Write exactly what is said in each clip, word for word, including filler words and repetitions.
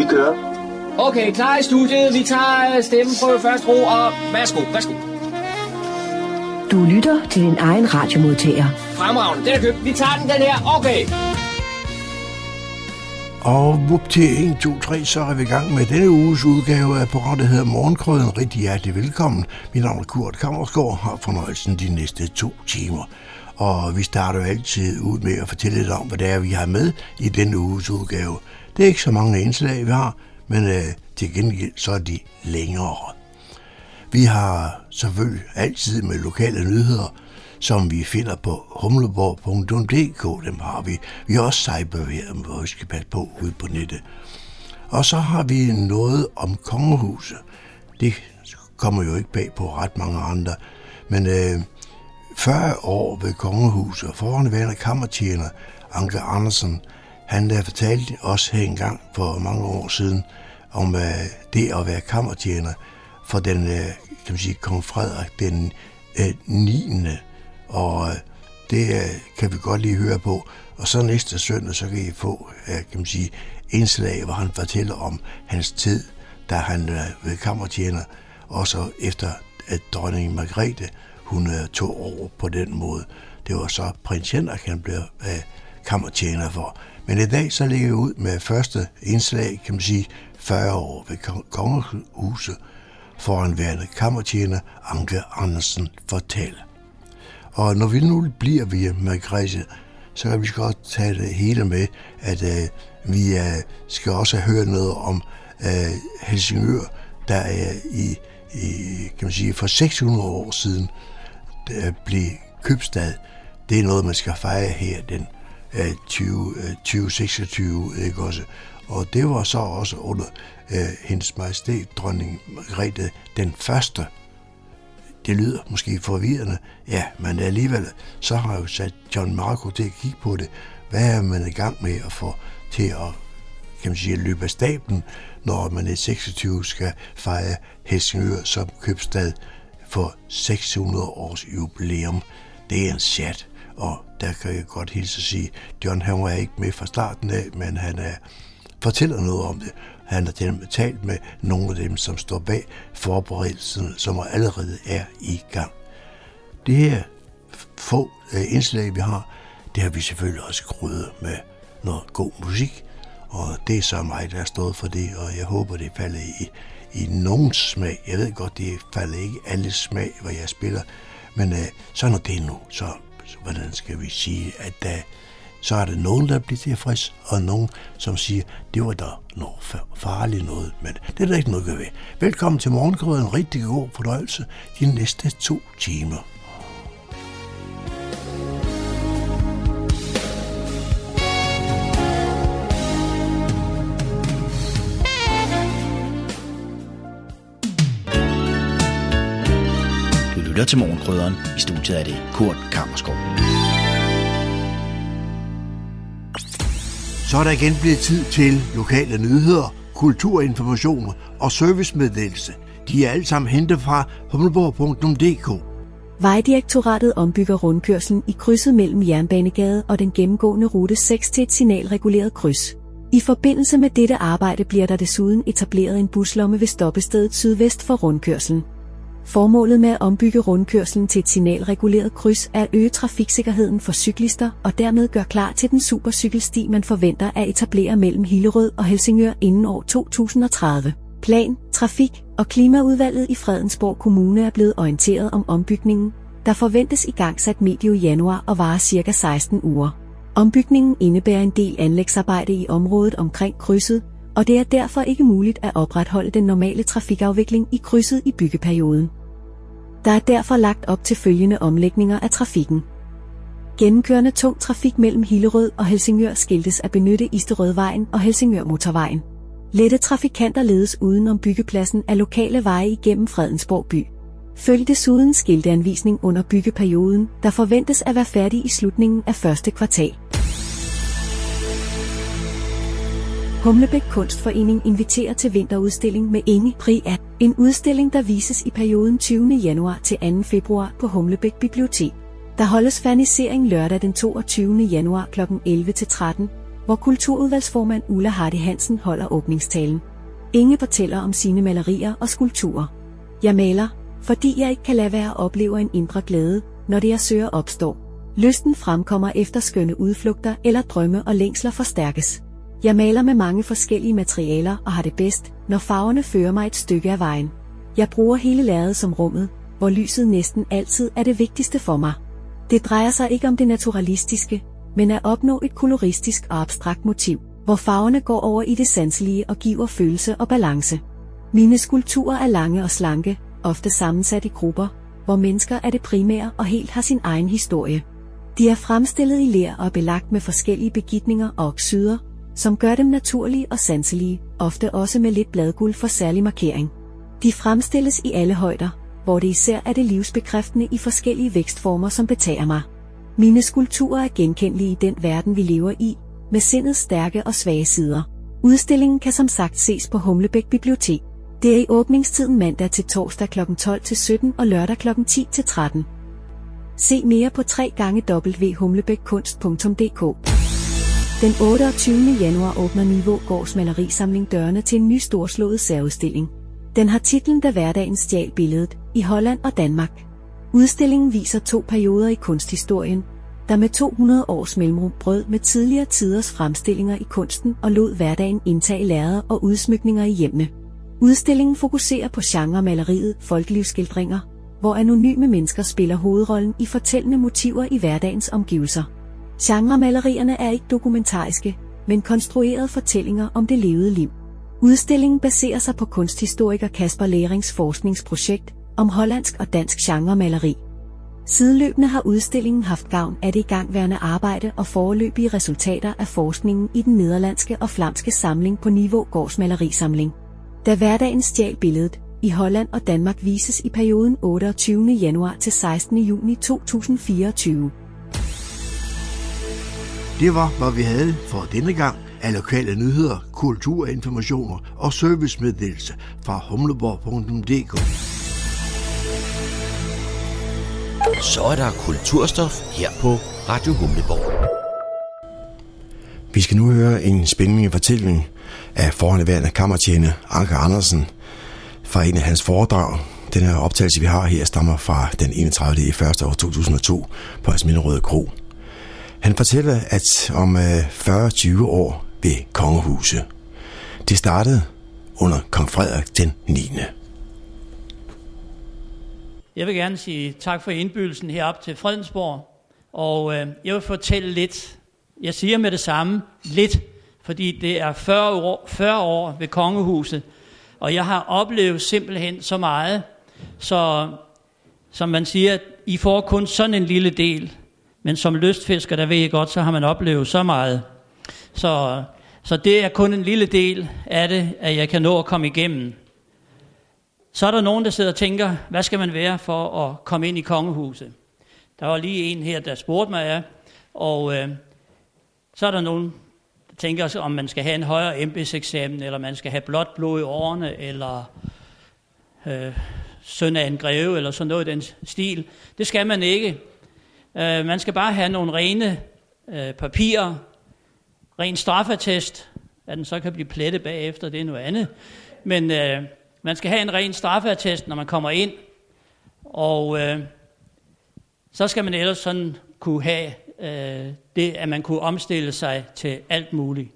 Vi kører. Okay, klar i studiet. Vi tager stemmeprøve først, ro, og værsgo, værsgo. Du lytter til din egen radiomodtager. Fremragende, den er købt. Vi tager den, den her. Okay. Og vup til en, to, tre, så er vi i gang med denne uges udgave af programmet, der hedder Morgenkrøden. Rigtig hjertelig velkommen. Mit navn er Kurt Kammersgaard, har fornøjelsen de næste to timer. Og vi starter jo altid ud med at fortælle lidt om, hvad det er, vi har med i denne uges udgave. Det er ikke så mange indslag, vi har, men øh, til gengæld så er de længere. Vi har selvfølgelig altid med lokale nyheder, som vi finder på humleborg punktum d k. Dem har vi. Vi har også cyberværet, hvor vi skal passe på ude på nettet. Og så har vi noget om kongehuset. Det kommer jo ikke bag på ret mange andre. Men øh, fyrre år ved kongehuset, og foranværende kammertjener Anke Andersen, han der fortalte os her engang for mange år siden om øh, det at være kammertjener for den, øh, kan man sige, kong Frederik den øh, niende. Og øh, det øh, kan vi godt lige høre på. Og så næste søndag, så kan I få, øh, kan man sige, indslag, hvor han fortæller om hans tid, da han øh, ved kammertjener, og så efter at dronning Margrethe, hun øh, tog over på den måde. Det var så prins Henrik, han blev øh, kammertjener for. Men i dag så ligger jeg ud med første indslag, kan man sige, fyrre år ved kongehuset, foranværende kammertjener Anke Andersen fortæller. Og når vi nu bliver via Margrethe, så kan vi godt tage det hele med, at øh, vi øh, skal også høre noget om øh, Helsingør, der er i, i, kan man sige, for seks hundrede år siden der blev købstad. Det er noget, man skal fejre her den øh, tyve seksogtyve, ikke også? Og det var så også under øh, hendes majestæt, dronning Margrethe den første. Det lyder måske forvirrende, ja, men alligevel, så har jeg jo sat John Marco til at kigge på det. Hvad er man i gang med at få til at, kan man sige, løbe af stablen, når man i seksogtyve skal fejre Helsingør som købstad for seks hundrede års jubilæum. Det er en chat, og der kan jeg godt hilse at sige, John han var ikke med fra starten af, men han er, fortæller noget om det. Han har til dem talt med nogle af dem, som står bag forberedelsen, som allerede er i gang. Det her få indslag, vi har, det har vi selvfølgelig også krydret med noget god musik, og det er så mig, der har stået for det, og jeg håber, det falder i, i nogens smag. Jeg ved godt, det falder ikke alle smag, hvad jeg spiller, men øh, sådan er det nu. Så, så hvordan skal vi sige, at der så er der nogen, der bliver tilfreds, og nogen, som siger, det var da noget farligt noget, men det er der ikke noget at gøre ved. Velkommen til Morgenkrøden, en rigtig god fornøjelse de næste to timer. Du lytter til Morgenkrøden. I studiet er det Kurt Kammersgaard. Så er der igen blevet tid til lokale nyheder, kulturinformationer og servicemeddelelse. De er alle sammen hentet fra humleborg punktum d k. Vejdirektoratet ombygger rundkørslen i krydset mellem Jernbanegade og den gennemgående rute seks til et signalreguleret kryds. I forbindelse med dette arbejde bliver der desuden etableret en buslomme ved stoppestedet sydvest for rundkørslen. Formålet med at ombygge rundkørslen til et signalreguleret kryds er at øge trafiksikkerheden for cyklister og dermed gøre klar til den supercykelsti, man forventer at etablere mellem Hillerød og Helsingør inden år to tusind og tredive. Plan, Trafik og Klimaudvalget i Fredensborg Kommune er blevet orienteret om ombygningen, der forventes igangsat medio januar og varer ca. seksten uger. Ombygningen indebærer en del anlægsarbejde i området omkring krydset, og det er derfor ikke muligt at opretholde den normale trafikafvikling i krydset i byggeperioden. Der er derfor lagt op til følgende omlægninger af trafikken. Gennemkørende tung trafik mellem Hillerød og Helsingør skiltes at benytte Isterødvejen og Helsingør Motorvejen. Lette trafikanter ledes uden om byggepladsen af lokale veje igennem Fredensborg by. Følg desuden skilteanvisning under byggeperioden, der forventes at være færdig i slutningen af første kvartal. Humlebæk Kunstforening inviterer til vinterudstilling med Inge Pria. En udstilling, der vises i perioden tyvende januar til anden februar på Humlebæk Bibliotek. Der holdes fernisering lørdag den toogtyvende januar kl elleve til tretten, hvor kulturudvalgsformand Ulla Hardy Hansen holder åbningstalen. Inge fortæller om sine malerier og skulpturer. Jeg maler, fordi jeg ikke kan lade være at opleve en indre glæde, når det jeg søger opstår. Lysten fremkommer efter skønne udflugter eller drømme og længsler forstærkes. Jeg maler med mange forskellige materialer og har det bedst, når farverne fører mig et stykke af vejen. Jeg bruger hele lærredet som rummet, hvor lyset næsten altid er det vigtigste for mig. Det drejer sig ikke om det naturalistiske, men at opnå et koloristisk og abstrakt motiv, hvor farverne går over i det sanselige og giver følelse og balance. Mine skulpturer er lange og slanke, ofte sammensat i grupper, hvor mennesker er det primære og helt har sin egen historie. De er fremstillet i ler og belagt med forskellige begitninger og oxyder, som gør dem naturlige og sanselige, ofte også med lidt bladguld for særlig markering. De fremstilles i alle højder, hvor det især er det livsbekræftende i forskellige vækstformer, som betager mig. Mine skulpturer er genkendelige i den verden, vi lever i, med sindets stærke og svage sider. Udstillingen kan som sagt ses på Humlebæk Bibliotek. Det er i åbningstiden mandag til torsdag klokken tolv til sytten og lørdag klokken ti til tretten. Se mere på w w w punktum humlebækkunst punktum d k. Den otteogtyvende januar åbner Nivågårds malerisamling dørene til en ny storslået særudstilling. Den har titlen Da hverdagen stjal billedet, i Holland og Danmark. Udstillingen viser to perioder i kunsthistorien, der med to hundrede års mellemrum brød med tidligere tiders fremstillinger i kunsten og lod hverdagen indtage lærreder og udsmykninger i hjemmene. Udstillingen fokuserer på genremaleriet folkelivsskildringer, hvor anonyme mennesker spiller hovedrollen i fortællende motiver i hverdagens omgivelser. Genremalerierne er ikke dokumentariske, men konstruerede fortællinger om det levede liv. Udstillingen baserer sig på kunsthistoriker Kasper Lerings forskningsprojekt om hollandsk og dansk genremaleri. Sideløbende har udstillingen haft gavn af det igangværende arbejde og foreløbige resultater af forskningen i den nederlandske og flamske samling på Nivågårds malerisamling. Da hverdagen stjal billedet, i Holland og Danmark vises i perioden otteogtyvende januar til sekstende juni to tusind fireogtyve. Det var, hvad vi havde for denne gang af lokale nyheder, kulturinformationer og servicemeddelelse fra humleborg punktum d k. Så er der kulturstof her på Radio Humleborg. Vi skal nu høre en spændende fortælling af forhenværende kammertjener Anker Andersen fra en af hans foredrag. Den her optagelse, vi har her, stammer fra den enogtredivte januar to tusind og to på Asminderøde Kro. Han fortæller, at om fyrre til tyve år ved kongehuset. Det startede under kong Frederik den niende. Jeg vil gerne sige tak for indbydelsen herop til Fredensborg, og øh, jeg vil fortælle lidt. Jeg siger med det samme lidt, fordi det er fyrre år, fyrre år ved kongehuset, og jeg har oplevet simpelthen så meget, så som man siger, I får kun sådan en lille del, men som lystfisker, der ved jeg godt, så har man oplevet så meget. Så, så det er kun en lille del af det, at jeg kan nå at komme igennem. Så er der nogen, der sidder og tænker, hvad skal man være for at komme ind i kongehuset? Der var lige en her, der spurgte mig af, og øh, så er der nogen, der tænker, om man skal have en højere embedseksamen, eller man skal have blåt blod i årene, eller øh, søn af en greve, eller sådan noget i den stil. Det skal man ikke. Øh, man skal bare have nogle rene øh, papirer, ren straffeattest, at den så kan blive plettet bagefter, det er noget andet. Men øh, man skal have en ren straffeattest, når man kommer ind, og øh, så skal man ellers sådan kunne have øh, det, at man kunne omstille sig til alt muligt.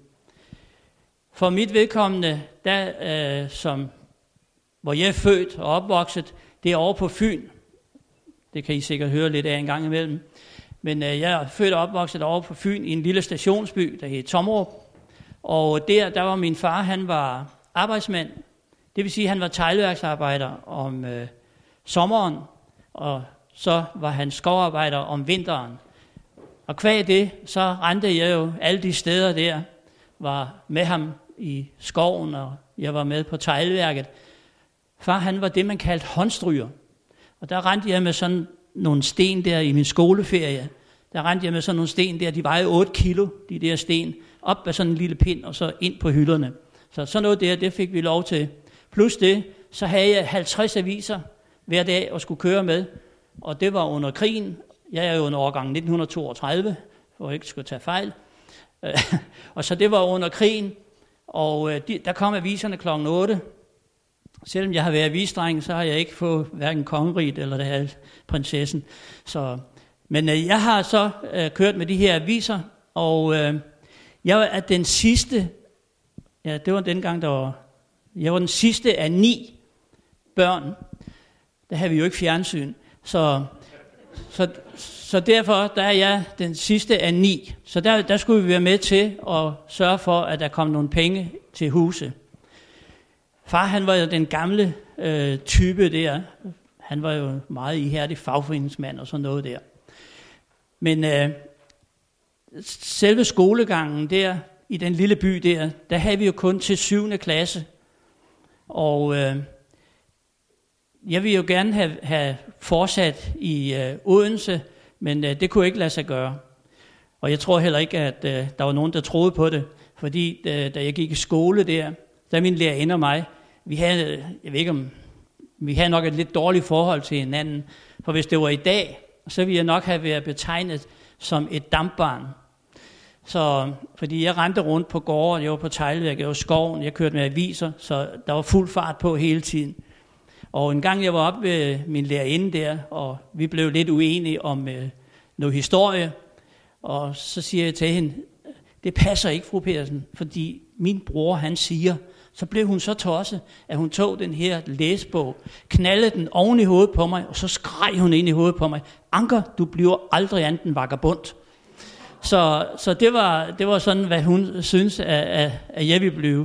For mit vedkommende, der, øh, som, hvor jeg er født og opvokset, det er over på Fyn. Det kan I sikkert høre lidt af en gang imellem. Men øh, jeg er født og opvokset over på Fyn i en lille stationsby, der hed Tommerup. Og der, der var min far, han var arbejdsmand. Det vil sige, at han var teglværksarbejder om øh, sommeren, og så var han skovarbejder om vinteren. Og kvad det, så rendte jeg jo alle de steder der, var med ham i skoven, og jeg var med på teglværket. Far, han var det, man kaldte håndstryger. Og der rendte jeg med sådan nogle sten der i min skoleferie. Der rendte jeg med sådan nogle sten der, de vejede otte kilo, de der sten, op af sådan en lille pind, og så ind på hylderne. Så sådan noget der, det fik vi lov til. Plus det, så havde jeg halvtreds aviser hver dag at skulle køre med. Og det var under krigen. Jeg er jo under årgang nitten toogtredive, for jeg ikke skulle tage fejl. Og så det var under krigen, og øh, de, der kom aviserne klokken otte. Selvom jeg har været avisdreng, så har jeg ikke fået hverken kongeriget eller det her prinsessen. Så, men øh, jeg har så øh, kørt med de her aviser, og øh, jeg er den sidste, ja det var dengang, der var, jeg var den sidste af ni børn. Der havde vi jo ikke fjernsyn, så, så, så derfor der er jeg den sidste af ni. Så der, der skulle vi være med til at sørge for, at der kom nogle penge til huset. Far, han var jo den gamle øh, type der. Han var jo meget ihærdig fagforeningsmand og sådan noget der. Men øh, selve skolegangen der, i den lille by der, der havde vi jo kun til syvende klasse. Og øh, jeg ville jo gerne have, have fortsat i øh, Odense, men øh, det kunne ikke lade sig gøre. Og jeg tror heller ikke, at øh, der var nogen, der troede på det. Fordi øh, da jeg gik i skole der, der min lærerinde og mig, vi havde, jeg ved ikke om, vi havde nok et lidt dårligt forhold til hinanden. For hvis det var i dag, så ville jeg nok have været betegnet som et dampbarn. Så, fordi jeg rendte rundt på gården, jeg var på teglværk, jeg var i skoven, jeg kørte med aviser, så der var fuld fart på hele tiden. Og en gang jeg var oppe ved min lærerinde der, og vi blev lidt uenige om øh, noget historie, og så siger jeg til hende, det passer ikke, fru Pedersen, fordi min bror, han siger, så blev hun så tosset, at hun tog den her læsebog, knaldede den oven i hovedet på mig, og så skreg hun ind i hovedet på mig, Anker, du bliver aldrig andet end vagabond. Så, så det, var, det var sådan, hvad hun synes, at, at, at jeg ville blive.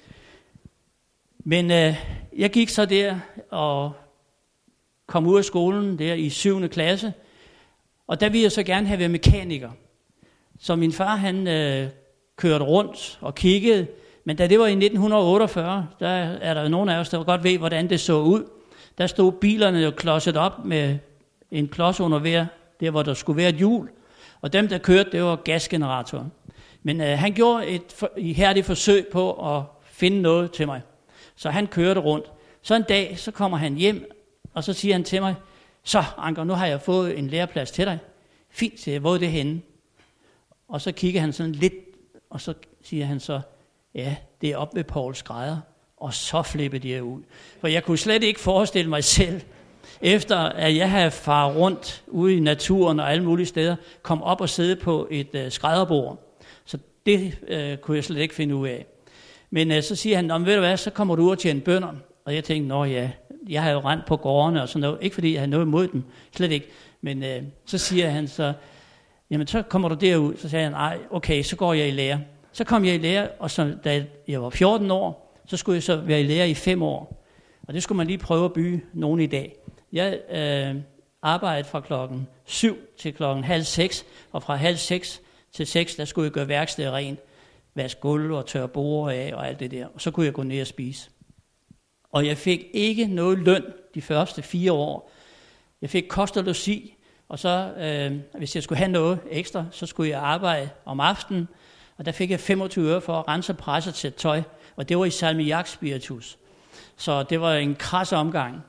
Men øh, jeg gik så der og kom ud af skolen der i syvende klasse, og der ville jeg så gerne have været mekaniker. Så min far, han øh, kørte rundt og kiggede, men da det var i nitten otteogfyrre, der er der jo nogen af os, der godt ved, hvordan det så ud. Der stod bilerne jo klodset op med en klods under hver, der hvor der skulle være et hjul. Og dem, der kørte, det var gasgeneratorer. Men øh, han gjorde et for, ihærdigt forsøg på at finde noget til mig. Så han kørte rundt. Så en dag, så kommer han hjem, og så siger han til mig, så Anker, nu har jeg fået en læreplads til dig. Fint, siger jeg, hvor er det henne? Og så kigger han sådan lidt, og så siger han så, ja, det er op ved Poul Skrædder. Og så flippede jeg ud. For jeg kunne slet ikke forestille mig selv, efter at jeg havde faret rundt ude i naturen og alle mulige steder, kom op og sidde på et øh, skrædderbord. Så det øh, kunne jeg slet ikke finde ud af. Men øh, så siger han, ved du hvad, så kommer du ud og tjene bønder. Og jeg tænkte, nå ja, jeg har jo rendt på gårdene og sådan noget. Ikke fordi jeg havde noget imod dem, slet ikke. Men øh, så siger han så, jamen så kommer du derud. Så sagde han, nej, okay, så går jeg i lære. Så kom jeg i lære, og så, da jeg var fjorten år, så skulle jeg så være i lære i fem år. Og det skulle man lige prøve at bygge nogen i dag. Jeg øh, arbejdede fra klokken syv til klokken halv seks, og fra halv seks til seks, der skulle jeg gøre værkstedet rent, vaske gulv og tørre borde af og alt det der. Og så kunne jeg gå ned og spise. Og jeg fik ikke noget løn de første fire år. Jeg fik kost og logi, og så, øh, hvis jeg skulle have noget ekstra, så skulle jeg arbejde om aftenen, og der fik jeg femogtyve øre for at rense og presse til tøj, og det var i salmiak spiritus. Så det var en kras omgang.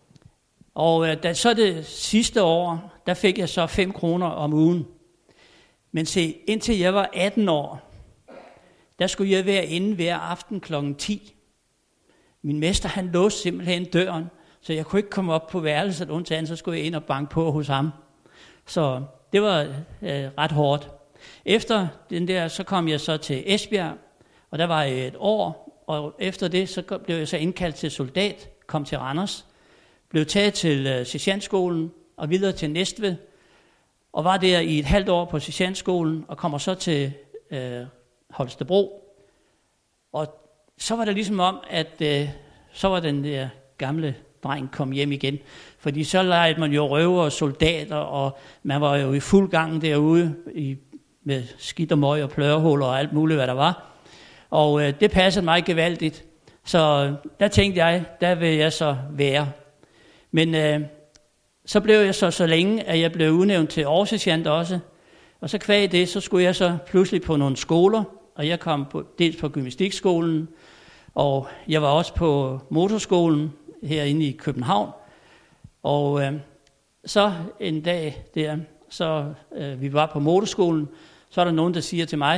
Og øh, da så det sidste år, der fik jeg så fem kroner om ugen. Men se, indtil jeg var atten år, der skulle jeg være inde hver aften klokken ti. Min mester, han låste simpelthen døren, så jeg kunne ikke komme op på værelset, undtagen så skulle jeg ind og banke på hos ham. Så det var øh, ret hårdt. Efter den der, så kom jeg så til Esbjerg, og der var jeg et år, og efter det, så blev jeg så indkaldt til soldat, kom til Randers, blev taget til øh, sergentskolen og videre til Næstved, og var der i et halvt år på sergentskolen, og kommer så til øh, Holstebro. Og så var det ligesom om, at øh, så var den der gamle dreng kom hjem igen. Fordi så legede man jo røver og soldater, og man var jo i fuld gang derude i, med skidt og møg og plørhuller og alt muligt, hvad der var. Og øh, det passede mig gevaldigt. Så der tænkte jeg, der vil jeg så være. Men øh, så blev jeg så så længe, at jeg blev udnævnt til oversergent også. Og så kvæg det, så skulle jeg så pludselig på nogle skoler. Og jeg kom på, dels på gymnastikskolen, og jeg var også på motorskolen herinde i København. Og øh, så en dag der, så øh, vi var på motorskolen, så er der nogen, der siger til mig,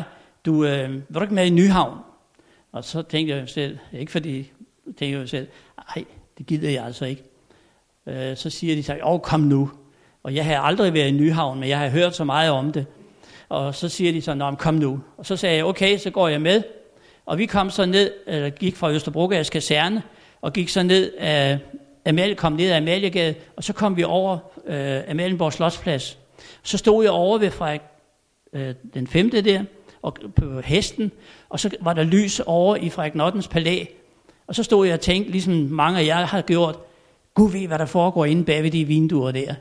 du, øh, vil du ikke med i Nyhavn? Og så tænkte jeg selv, ikke fordi, tænkte jeg selv, nej, det gider jeg altså ikke. Øh, så siger de så, åh, kom nu. Og jeg har aldrig været i Nyhavn, men jeg har hørt så meget om det. Og så siger de så, nå, kom nu. Og så sagde jeg, okay, så går jeg med. Og vi kom så ned, eller gik fra Østerbrogades kaserne, og gik så ned af Amalie, kom ned af Amaliegade, og så kom vi over øh, Amalienborg Slotsplads. Så stod jeg over ved Frederik øh, den femte der, og på hesten, og så var der lys over i Frederik den ottende palæ. Og så stod jeg og tænkte, ligesom mange af jer har gjort, Gud ved, hvad der foregår inde bag ved de vinduer der.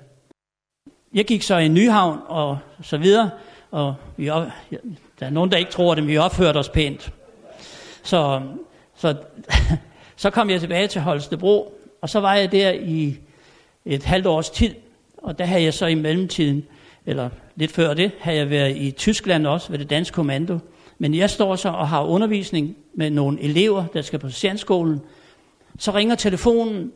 Jeg gik så i Nyhavn og så videre, og vi op, der er nogen, der ikke tror det, men vi opførte os pænt. Så, så, så kom jeg tilbage til Holstebro, og så var jeg der i et halvt års tid, og der havde jeg så i mellemtiden, eller lidt før det, havde jeg været i Tyskland også ved det danske kommando. Men jeg står så og har undervisning med nogle elever, der skal på sergentskolen. Så ringer telefonen,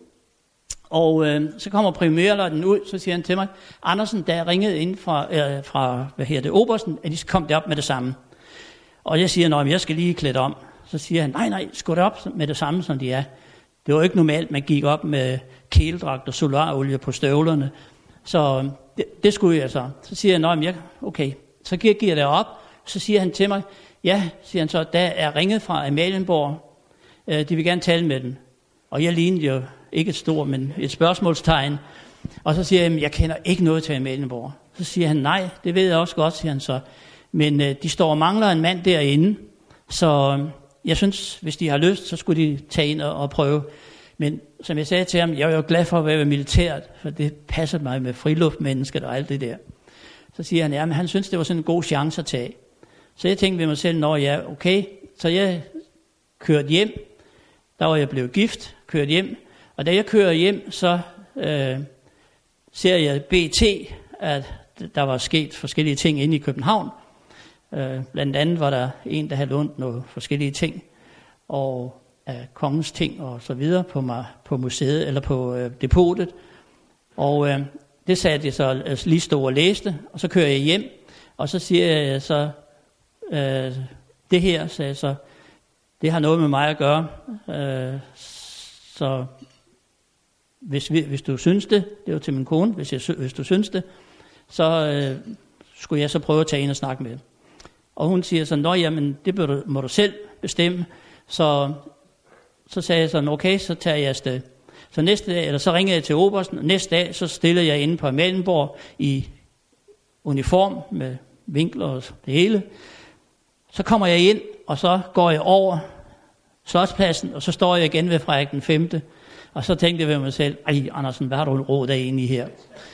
og øh, så kommer premierløjtnanten ud, så siger han til mig, Andersen, der er ringet ind fra, øh, fra hvad hedder det, Obersten, at de skal komme derop med det samme. Og jeg siger, nej, jeg skal lige klæde om. Så siger han, nej, nej, skal op med det samme, som de er. Det var ikke normalt, man gik op med kæledragt og solarolie på støvlerne. Så det, det skulle jeg så. Så siger jeg, nej, jeg, okay. Så giver jeg det op, så siger han til mig, ja, siger han så, der er ringet fra Amalienborg. De vil gerne tale med den. Og jeg lignede jo ikke et stort, men et spørgsmålstegn. Og så siger jeg, jeg kender ikke noget til Amalienborg. Så siger han, nej, det ved jeg også godt, siger han så. Men øh, de står og mangler en mand derinde. Så jeg synes, hvis de har lyst, så skulle de tage ind og, og prøve. Men som jeg sagde til ham, jeg er jo glad for at være militært, for det passer mig med friluftmennesket og alt det der. Så siger han, ja, men han synes, det var sådan en god chance at tage. Så jeg tænkte ved mig selv, nå ja, okay. Så jeg kørte hjem. Der var jeg blevet gift, kørte hjem. Og da jeg kører hjem, så øh, ser jeg B T, at der var sket forskellige ting inde i København. Øh, blandt andet var der en, der havde lånt nogle forskellige ting, og af kongens ting og så videre på, mig, på museet, eller på øh, depotet. Og øh, det satte jeg så altså, lige stod og læste, og så kører jeg hjem, og så siger jeg så, øh, det her, sagde jeg så, det har noget med mig at gøre, øh, så hvis, vi, hvis du synes det, det var til min kone, hvis, jeg, hvis du synes det, så øh, skulle jeg så prøve at tage ind og snakke med. Og hun siger så, nå jamen, det må du, må du selv bestemme. Så, så sagde jeg sådan, okay, så tager jeg afsted. Så næste dag, eller så ringede jeg til Obersten, og næste dag, så stillede jeg inde på Amalienborg i uniform med vinkler og det hele. Så kommer jeg ind, og så går jeg over Slotspladsen, og så står jeg igen ved Frederik den femte. Og så tænkte jeg ved mig selv, ej Andersen, hvad har du råd af inde i her?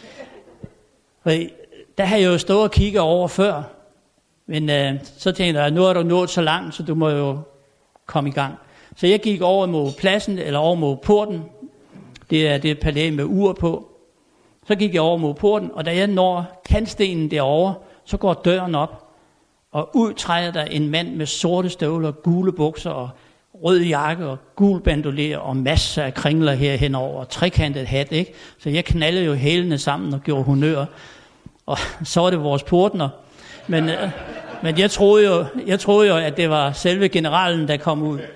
For der har jeg jo stået og kigget over før, men øh, så tænkte jeg, nu er du nået så langt, så du må jo komme i gang. Så jeg gik over mod pladsen, eller over mod porten. Det er det palæ med ur på. Så gik jeg over mod porten, og da jeg når kantstenen derovre, så går døren op, og ud træder der en mand med sorte støvler, gule bukser og rød jakke og gul bandolier og masser af kringler her henover og trekantet hat, ikke? Så jeg knaldede jo hælene sammen og gjorde honør. Og så var det vores portner. Men, øh, men jeg, troede jo, jeg troede jo, at det var selve generalen, der kom ud.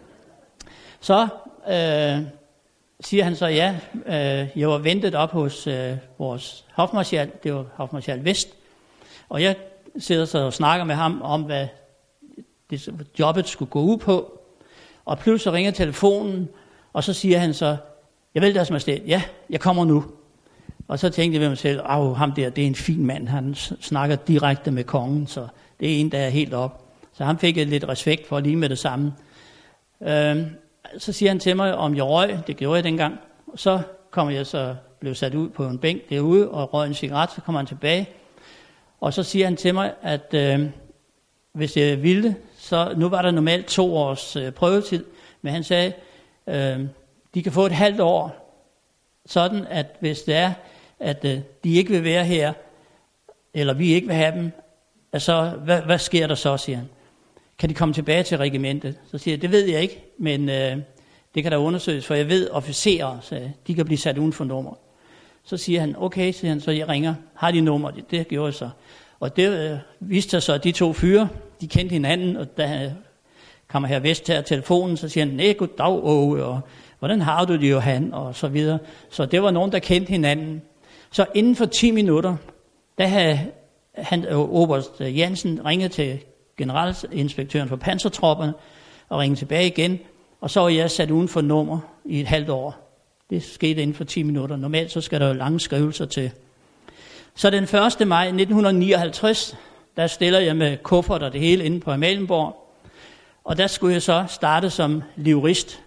Så øh, siger han så, ja, øh, jeg var ventet op hos øh, vores hofmarskal, det var hofmarskal Vest. Og jeg sidder så og snakker med ham om, hvad det, jobbet skulle gå ud på. Og pludselig ringer telefonen, og så siger han så, jeg vil deres majestæt, ja, jeg kommer nu. Og så tænkte jeg ved mig selv, åh, ham der, det er en fin mand, han snakker direkte med kongen, så det er en, der er helt op. Så han fik jeg lidt respekt for lige med det samme. Øhm, så siger han til mig, om jeg røg, det gjorde jeg dengang. Og så kommer jeg så, blev sat ud på en bænk derude, og røg en cigaret, så kommer han tilbage. Og så siger han til mig, at øh, hvis jeg ville, så nu var der normalt to års øh, prøvetid, men han sagde, øh, de kan få et halvt år, sådan at hvis det er, at øh, de ikke vil være her, eller vi ikke vil have dem, altså, hvad, hvad sker der så, siger han. Kan de komme tilbage til regimentet? Så siger jeg, det ved jeg ikke, men øh, det kan der undersøges, for jeg ved, officerer, så de kan blive sat uden for nummer. Så siger han, okay, siger han, så jeg ringer. Har de nummer? Det, det gjorde jeg så. Og det øh, viste sig så, at de to fyre, de de kendte hinanden, og da kommer her Vest til telefonen, så siger han, nej, goddag, Åge, og hvordan har du det, Johan, og så videre. Så det var nogen, der kendte hinanden. Så inden for ti minutter, der havde han, oberst Jensen ringet til generalinspektøren for pansertropperne, og ringede tilbage igen, og så var jeg sat uden for nummer i et halvt år. Det skete inden for ti minutter. Normalt så skal der jo lange skrivelser til. Så den første maj nitten nioghalvtreds, der stiller jeg med kuffert og det hele inde på Amalienborg, og der skulle jeg så starte som livrist.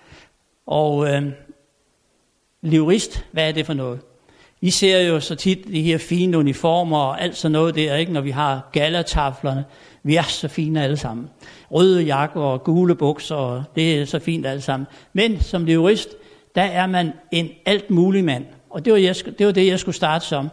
Og øh, livrist, hvad er det for noget? I ser jo så tit de her fine uniformer og alt sådan noget der, ikke? Når vi har gallertaflerne. Vi er så fine alle sammen. Røde jakker og gule bukser, og det er så fint alle sammen. Men som livrist, der er man en alt mulig mand. Og det var, jeg, det, var det, jeg skulle starte som.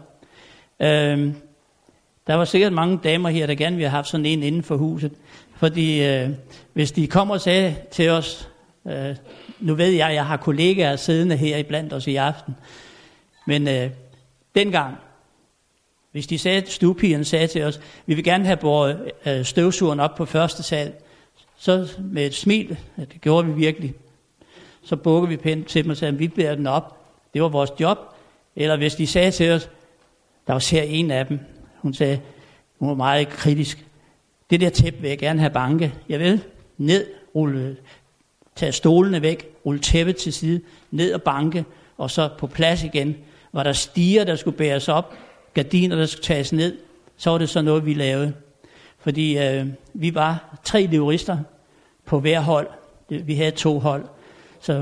Øhm, der var sikkert mange damer her, der gerne ville have haft sådan en inden for huset. Fordi øh, hvis de kommer og sagde til os, øh, nu ved jeg, at jeg har kollegaer siddende her iblandt os i aften, men øh, dengang, hvis de sagde, stuepigerne sagde til os, vi vil gerne have båret øh, støvsugeren op på første sal, så med et smil, det gjorde vi virkelig, så bukkede vi pænt til dem og sagde, vi bærer den op. Det var vores job. Eller hvis de sagde til os, der var ser en af dem, hun sagde, hun var meget kritisk, det der tæppe vil jeg gerne have banke. Jeg vil ned, rulle, tage stolene væk, rulle tæppet til side, ned og banke, og så på plads igen. Var der stiger, der skulle bæres op, gardiner, der skulle tages ned, så var det så noget, vi lavede. Fordi øh, vi var tre livrister på hver hold. Vi havde to hold. Så,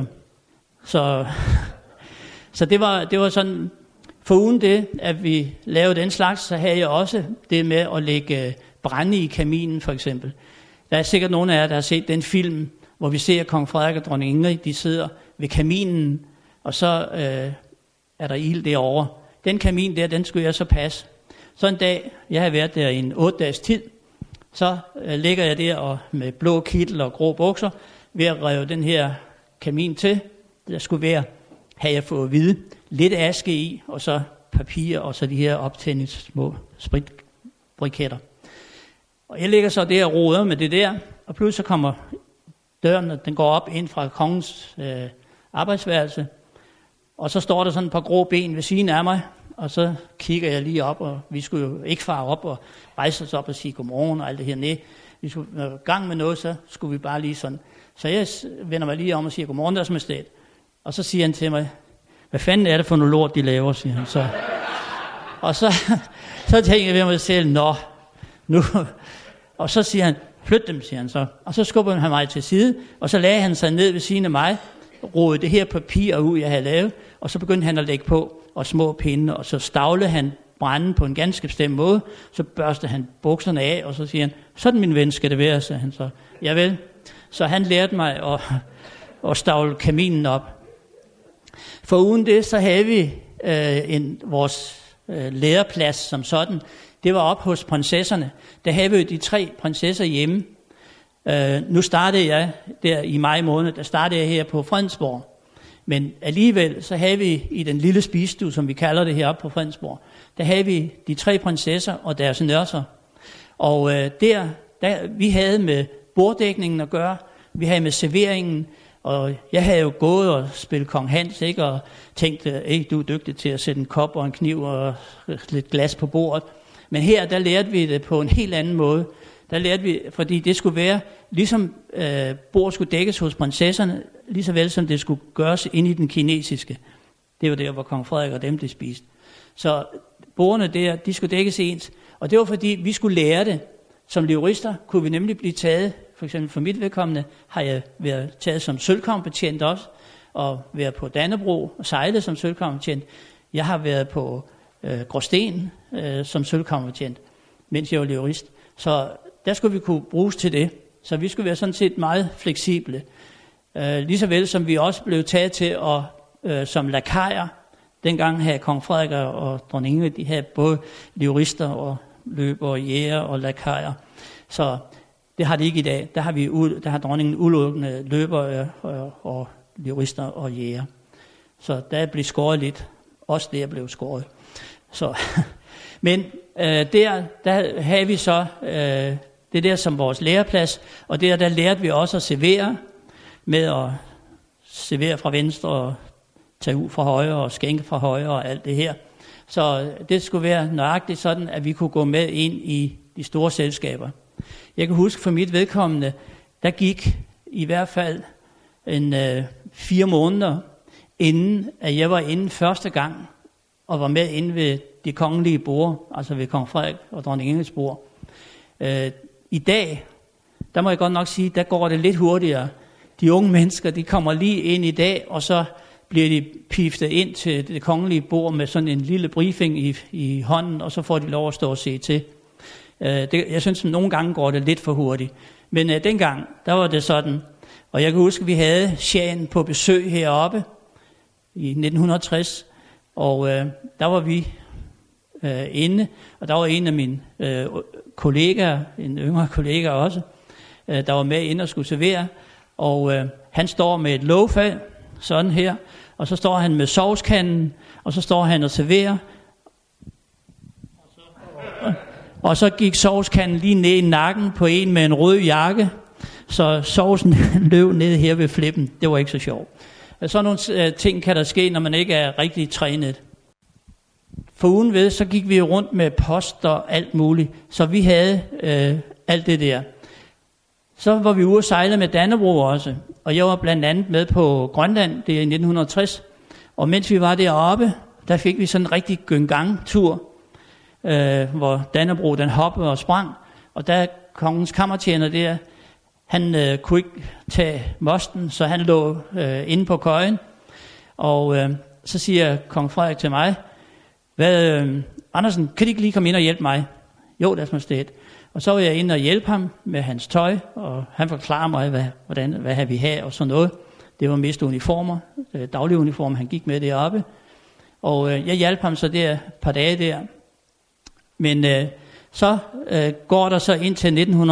så, så det, var, det var sådan, foruden det, at vi lavede den slags, så havde jeg også det med at lægge brænde i kaminen for eksempel. Der er sikkert nogle af jer, der har set den film, hvor vi ser kong Frederik og dronning Ingrid, de sidder ved kaminen, og så øh, er der ild derovre. Den kamin der, den skulle jeg så passe. Så en dag, jeg har været der i en otte dages tid, så øh, ligger jeg der og med blå kittel og grå bukser, ved at rive den her kamin til. Der skulle være, havde jeg fået at vide, lidt aske i, og så papir, og så de her optændings små spritbriketter. Og jeg ligger så der og roder med det der, og pludselig så kommer døren, og den går op ind fra kongens øh, arbejdsværelse, og så står der sådan et par grå ben ved siden af mig, og så kigger jeg lige op, og vi skulle jo ikke fare op og rejse os op og sige godmorgen og alt det her ned. Vi skulle i gang med noget, så skulle vi bare lige sådan. Så jeg vender mig lige om og siger godmorgen, deres majestæt. Og så siger han til mig, hvad fanden er det for noget lort, de laver, siger han så. Og så, så tænker jeg ved mig selv, nå, nu. Og så siger han, flyt dem, siger han så. Og så skubber han mig til side, og så lagde han sig ned ved siden af mig, rodede det her papir ud, jeg havde lavet, og så begyndte han at lægge på, og små pinde, og så stavlede han branden på en ganske bestemt måde, så børste han bukserne af, og så siger han, sådan min ven skal det være, sagde han så. Javel. Så han lærte mig at, at stavle kaminen op. For uden det, så havde vi øh, en, vores øh, læreplads som sådan. Det var op hos prinsesserne. Der havde vi jo de tre prinsesser hjemme. Øh, nu startede jeg der i maj måned, der startede jeg her på Fredensborg. Men alligevel, så havde vi i den lille spisestue, som vi kalder det heroppe på Fredensborg, der havde vi de tre prinsesser og deres nørser. Og øh, der, der, vi havde med borddækningen at gøre, vi havde med serveringen, og jeg havde jo gået og spillet Kong Hans, ikke, og tænkt, at du er dygtig til at sætte en kop og en kniv og lidt glas på bordet. Men her, der lærte vi det på en helt anden måde. Der lærte vi, fordi det skulle være, ligesom øh, bordet skulle dækkes hos prinsesserne, lige så vel som det skulle gøres ind i den kinesiske. Det var der, hvor kong Frederik og dem, de spiste. Så bordene der, de skulle dækkes ens. Og det var fordi, vi skulle lære det. Som livrister kunne vi nemlig blive taget, for eksempel for mit vedkommende, har jeg været taget som sølvkammerbetjent også, og været på Dannebrog og sejlet som sølvkammerbetjent. Jeg har været på øh, Gråsten øh, som sølvkammerbetjent, mens jeg var livrist. Så der skulle vi kunne bruges til det. Så vi skulle være sådan set meget fleksible. Øh, lige så vel som vi også blev taget til at, øh, som lakajer. Dengang havde kong Frederik og dronning Ingrid, de havde både livrister og løber og jæger og lakajer. Så det har de ikke i dag. Der har, vi, der har dronningen udelukkende løber og, og livrister og jæger. Så der er blevet skåret lidt. Også det er blevet skåret. Så, men øh, der, der havde vi så øh, Det er der som vores læreplads, og der, der lærte vi også at servere, med at servere fra venstre og tage ud fra højre og skænke fra højre og alt det her. Så det skulle være nøjagtigt sådan, at vi kunne gå med ind i de store selskaber. Jeg kan huske for mit vedkommende, der gik i hvert fald en øh, fire måneder, inden at jeg var inde første gang, og var med inde ved de kongelige bord, altså ved kong Frederik og dronning Ingrids bord. Øh, I dag, der må jeg godt nok sige, der går det lidt hurtigere. De unge mennesker, de kommer lige ind i dag, og så bliver de piftet ind til det kongelige bord med sådan en lille briefing i, i hånden, og så får de lov at stå og se til. Øh, det, jeg synes, at nogle gange går det lidt for hurtigt. Men øh, dengang, der var det sådan, og jeg kan huske, at vi havde Schagen på besøg heroppe i nitten tres, og øh, der var vi øh, inde, og der var en af mine øh, kollegaer, en yngre kollega også, øh, der var med inde og skulle servere, og øh, han står med et lågfag, sådan her, og så står han med sovskanden, og så står han og serverer, og så, og, og så gik sovskanden lige ned i nakken på en med en rød jakke, så sovsen løb ned her ved flippen. Det var ikke så sjovt. Sådan nogle ting kan der ske, når man ikke er rigtig trænet. For ugen ved, så gik vi rundt med post og alt muligt, så vi havde øh, alt det der. Så var vi ude og sejle med Dannebrog også, og jeg var blandt andet med på Grønland, det er i nitten tres, og mens vi var deroppe, der fik vi sådan en rigtig gøngang-tur, øh, hvor Dannebrog den hoppede og sprang, og der kongens kammertjener der, han øh, kunne ikke tage mosten, så han lå øh, inde på køjen, og øh, så siger kong Frederik til mig, hvad, øh, Andersen, kan de ikke lige komme ind og hjælpe mig? Jo, deres majestæt. Og så var jeg inde og hjælpe ham med hans tøj, og han forklarer mig, hvad, hvordan, hvad vi har og sådan noget. Det var mest uniformer, øh, daglige uniformer, han gik med deroppe. Og øh, jeg hjalp ham så der et par dage der. Men øh, så øh, går der så ind til nitten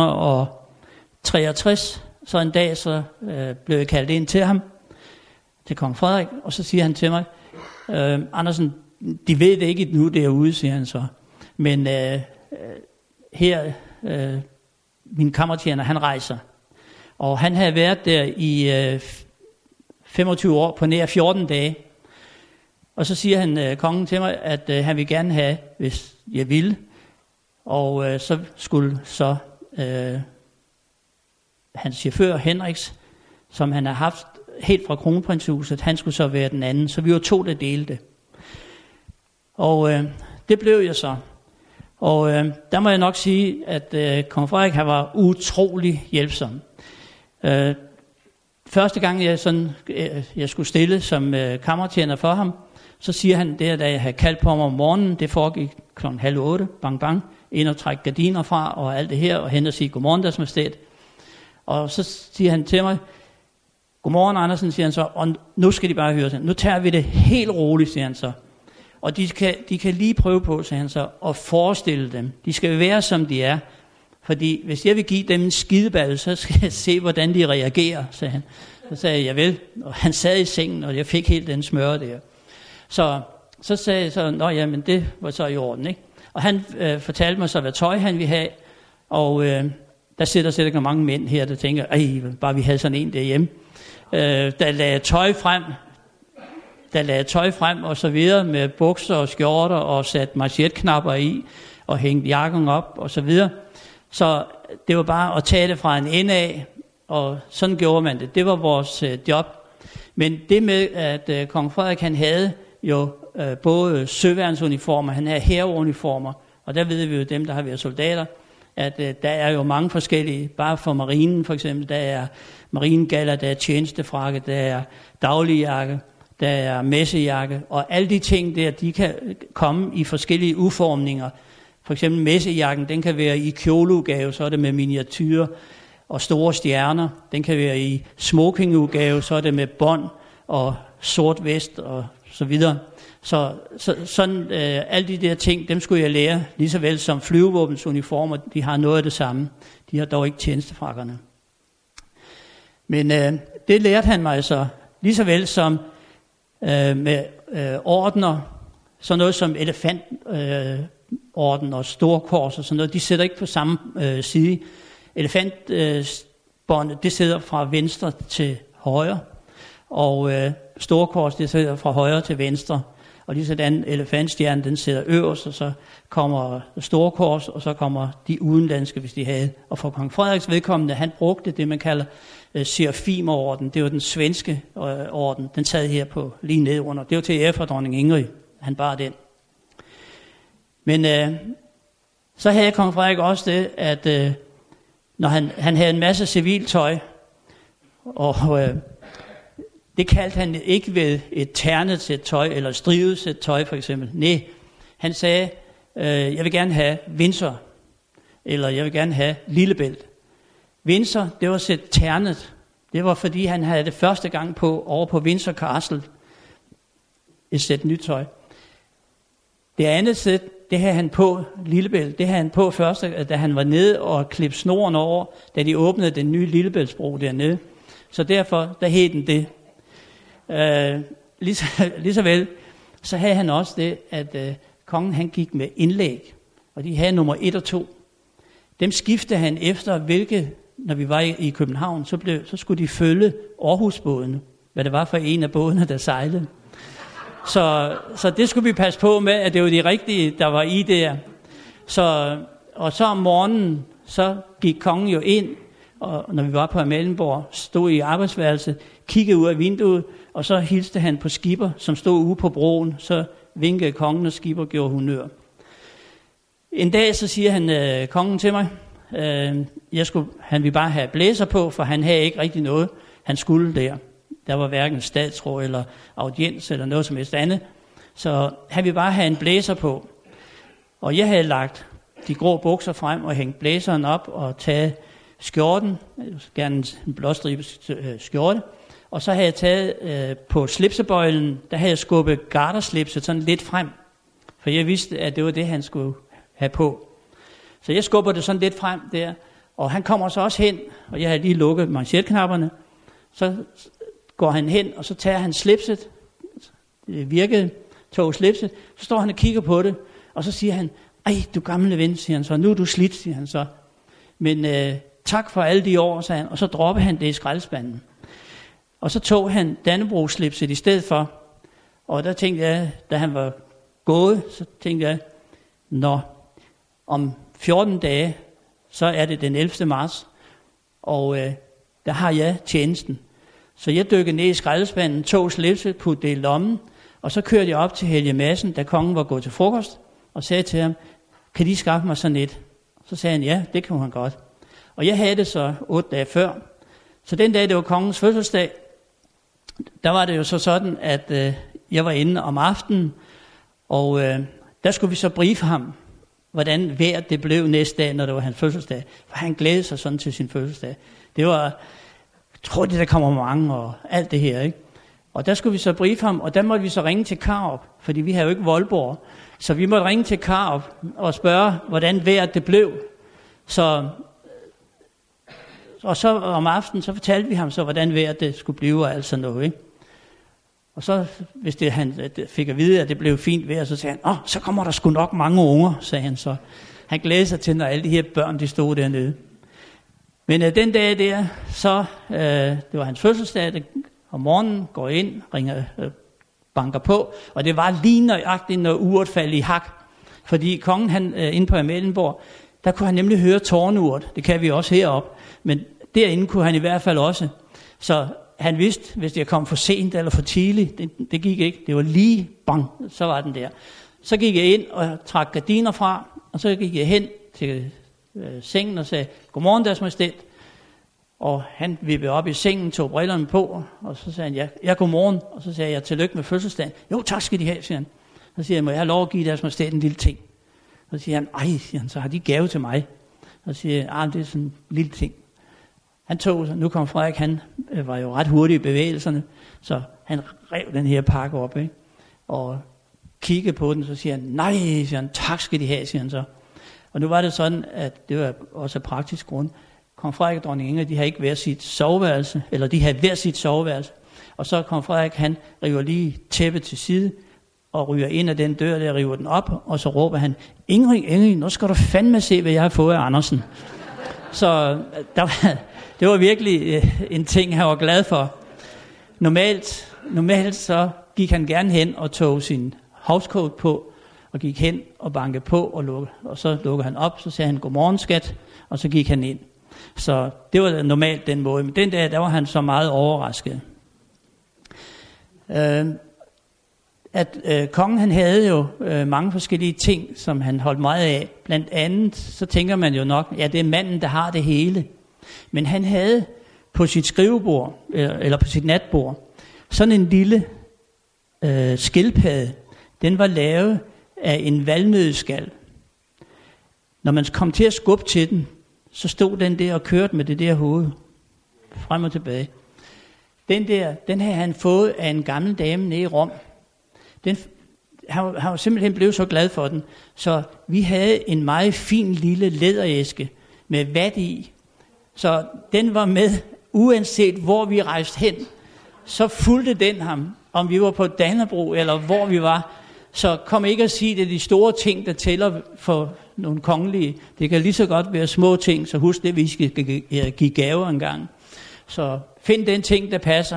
treogtres, så en dag så øh, blev jeg kaldt ind til ham, til kong Frederik, og så siger han til mig, øh, Andersen, de ved det ikke nu derude, siger han så, men øh, her, øh, min kammertjener, han rejser, og han havde været der i øh, femogtyve år på nær fjorten dage, og så siger han, øh, kongen til mig, at øh, han vil gerne have, hvis jeg ville, og øh, så skulle så øh, hans chauffør Henriks, som han har haft helt fra kronprinshuset, han skulle så være den anden, så vi var to, der delte. Og øh, det blev jeg så. Og øh, der må jeg nok sige, at øh, kong Frederik han var utrolig hjælpsom. Øh, første gang jeg, sådan, øh, jeg skulle stille som øh, kammertjener for ham, så siger han, det da jeg havde kaldt på ham om morgenen, det foregik klokken halv otte, bang bang, ind og trække gardiner fra og alt det her, og hen og sige godmorgen, deres majestæt. Og så siger han til mig, godmorgen Andersen, siger han så, og nu skal de bare høre sig. Nu tager vi det helt roligt, siger han så. Og de kan, de kan lige prøve på, siger han så, at forestille dem. De skal være, som de er. Fordi hvis jeg vil give dem en skideball, så skal jeg se, hvordan de reagerer, sagde han. Så sagde jeg, javel. Og han sad i sengen, og jeg fik helt den smøre der. Så, så sagde jeg så, nå jamen, det var så i orden, ikke? Og han øh, fortalte mig så, hvad tøj han ville have. Og øh, der sidder sikkert mange mænd her, der tænker, ej, bare vi havde sådan en derhjemme. Øh, der lagde tøj frem, der lagde tøj frem og så videre med bukser og skjorter og satte manchetknapper i og hængte jakken op og så videre. Så det var bare at tage det fra en ende af, og sådan gjorde man det. Det var vores øh, job. Men det med, at øh, kong Frederik han havde jo øh, både søværnsuniformer, han havde hæruniformer, og der ved vi jo dem, der har været soldater, at øh, der er jo mange forskellige, bare for marinen for eksempel, der er marinegaller, der er tjenestefrakke, der er dagligjakke, der er messejakke, og alle de ting der, de kan komme i forskellige udformninger. For eksempel messejakken, den kan være i kjoleudgave, så er det med miniatyrer og store stjerner. Den kan være i smokingudgave, så er det med bånd og sort vest og så videre. Så, så sådan øh, alle de der ting, dem skulle jeg lære, lige så vel som flyvevåbens uniformer, de har noget af det samme. De har dog ikke tjenestefrakkerne. Men øh, det lærte han mig så, lige så vel som øh, med øh, ordner, sådan noget som elefant, øh, orden og storkors og sådan noget, de sidder ikke på samme øh, side. Elefantbåndet, øh, det sidder fra venstre til højre, og øh, storkors, det sidder fra højre til venstre. Og lige sådan elefantstjernen, den sidder øverst, og så kommer storkors, og så kommer de udenlandske, hvis de havde. Og for kong Frederiks vedkommende, han brugte det, man kalder øh, Serafimerorden. Det var den svenske øh, orden, den sad her på lige nede under. Det var til ære for dronning Ingrid, han bar den. Men øh, så havde kong Frederik også det, at øh, når han, han havde en masse civiltøj, og øh, det kaldte han ikke ved et ternet sæt tøj, eller strivet sæt tøj for eksempel. Nej, han sagde, øh, jeg vil gerne have Windsor, eller jeg vil gerne have Lillebælt. Windsor, det var sæt ternet. Det var fordi han havde det første gang på over på Windsor Castle, et sæt nyt tøj. Det andet sæt, det havde han på, Lillebælt, det havde han på første, da han var nede og klippede snoren over, da de åbnede den nye Lillebæltsbro dernede. Så derfor, der hed den det. Øh, lige, så, lige så vel, så havde han også det, at øh, kongen han gik med indlæg, og de havde nummer et og to. Dem skiftede han efter, hvilke, når vi var i, i København, så, blev, så skulle de følge Aarhusbådene, hvad det var for en af bådene, der sejlede. Så, så det skulle vi passe på med, at det var de rigtige, der var i der. Så, og så om morgenen, så gik kongen jo ind, og når vi var på Amalienborg, stod i arbejdsværelset, kiggede ud af vinduet, og så hilste han på Skipper, som stod ude på broen. Så vinkede kongen, og Skipper gjorde honør. En dag så siger han, øh, kongen til mig, øh, jeg skulle, han ville bare have blæser på, for han havde ikke rigtig noget, han skulle der. Der var hverken statsråd eller audiens eller noget som helst andet. Så han ville bare have en blæser på. Og jeg havde lagt de grå bukser frem og hængt blæseren op og taget skjorten, gerne en blåstribet skjorte. Og så havde jeg taget øh, på slipsebøjlen, der havde jeg skubbet garterslipset sådan lidt frem. For jeg vidste, at det var det, han skulle have på. Så jeg skubber det sådan lidt frem der. Og han kommer så også hen, og jeg havde lige lukket manchetknapperne. Så går han hen, og så tager han slipset. Det virkede, tog slipset. Så står han og kigger på det, og så siger han, ej, du gamle ven, siger han så. Nu er du slidt, siger han så. Men øh, tak for alle de år, sagde han. Og så droppede han det i skraldespanden. Og så tog han Dannebrog-slipset i stedet for. Og der tænkte jeg, da han var gået, så tænkte jeg, når om fjorten dage, så er det den ellevte marts, og øh, der har jeg tjenesten. Så jeg dykkede ned i skraldespanden, tog slipset, puttede det i lommen, og så kørte jeg op til Helge Madsen, da kongen var gået til frokost, og sagde til ham, kan de skaffe mig sådan et? Så sagde han, ja, det kan han godt. Og jeg havde det så otte dage før. Så den dag, det var kongens fødselsdag, der var det jo så sådan, at øh, jeg var inde om aftenen, og øh, der skulle vi så briefe ham, hvordan vejret det blev næste dag, når det var hans fødselsdag. For han glædede sig sådan til sin fødselsdag. Det var, jeg tror det der kommer mange, og alt det her, ikke? Og der skulle vi så briefe ham, og der måtte vi så ringe til Karup, fordi vi havde jo ikke Voldborg. Så vi måtte ringe til Karup og spørge, hvordan vejret det blev. Så, og så om aftenen, så fortalte vi ham så, hvordan vejret det skulle blive, og alt sådan noget, ikke? Og så, hvis det, han fik at vide, at det blev fint vejr, så sagde han, åh, så kommer der sgu nok mange unger, sagde han så. Han glædede sig til, når alle de her børn, de stod dernede. Men øh, den dag der, så, øh, det var hans fødselsdag, det, om morgenen går ind, ringer, øh, banker på, og det var lige nøjagtigt, når uret faldt i hak. Fordi kongen, han øh, inde på Amalienborg, der kunne han nemlig høre tårnuret, det kan vi også heroppe, men derinde kunne han i hvert fald også. Så han vidste, hvis jeg kom for sent eller for tidligt, det, det gik ikke, det var lige bang, så var den der. Så gik jeg ind og trak gardiner fra, og så gik jeg hen til øh, sengen og sagde, godmorgen deres majestæt. Og han vippede op i sengen, tog brillerne på, og så sagde han, ja, ja godmorgen. Og så sagde jeg, tillykke med fødselsdagen. Jo, tak skal de have, siger han. Så siger jeg, må jeg have lov at give deres majestæt en lille ting? Så siger han, ej, siger han, så har de gave til mig. Så siger jeg, ah, det er sådan en lille ting. Han tog, nu kom Frederik, han øh, var jo ret hurtig i bevægelserne, så han rev den her pakke op, ikke? Og kiggede på den, så siger han, nej, siger han, tak skal de have, siger han så. Og nu var det sådan, at det var også af praktisk grund. Kong Frederik og dronning Ingrid, de har ikke hver sit soveværelse, eller de havde hver sit soveværelse. Og så kom Frederik, han river lige tæppet til side, og ryger ind ad den dør, der river den op, og så råber han, Ingrid, Ingrid, nu skal du fandme se, hvad jeg har fået af Andersen. Så der var, det var virkelig en ting, han var glad for. Normalt, normalt så gik han gerne hen og tog sin housecoat på, og gik hen og bankede på, og, lukkede, og så lukkede han op, så sagde han, godmorgen skat, og så gik han ind. Så det var normalt den måde, men den dag, der var han så meget overrasket. Øh, at øh, kongen han havde jo øh, mange forskellige ting, som han holdt meget af. Blandt andet, så tænker man jo nok, ja, det er manden, der har det hele. Men han havde på sit skrivebord, eller, eller på sit natbord, sådan en lille øh, skildpadde. Den var lavet af en valnødskal. Når man kom til at skubbe til den, så stod den der og kørte med det der hoved, frem og tilbage. Den der, den havde han fået af en gammel dame nede i Rom. Den, han, han var simpelthen blevet så glad for den, så vi havde en meget fin lille læderæske med vat i. Så den var med, uanset hvor vi rejste hen, så fulgte den ham, om vi var på Dannebrog eller hvor vi var. Så kom ikke at sige, at det er de store ting, der tæller for nogle kongelige. Det kan lige så godt være små ting, så husk det, vi skal give gaver en gang. Så find den ting, der passer.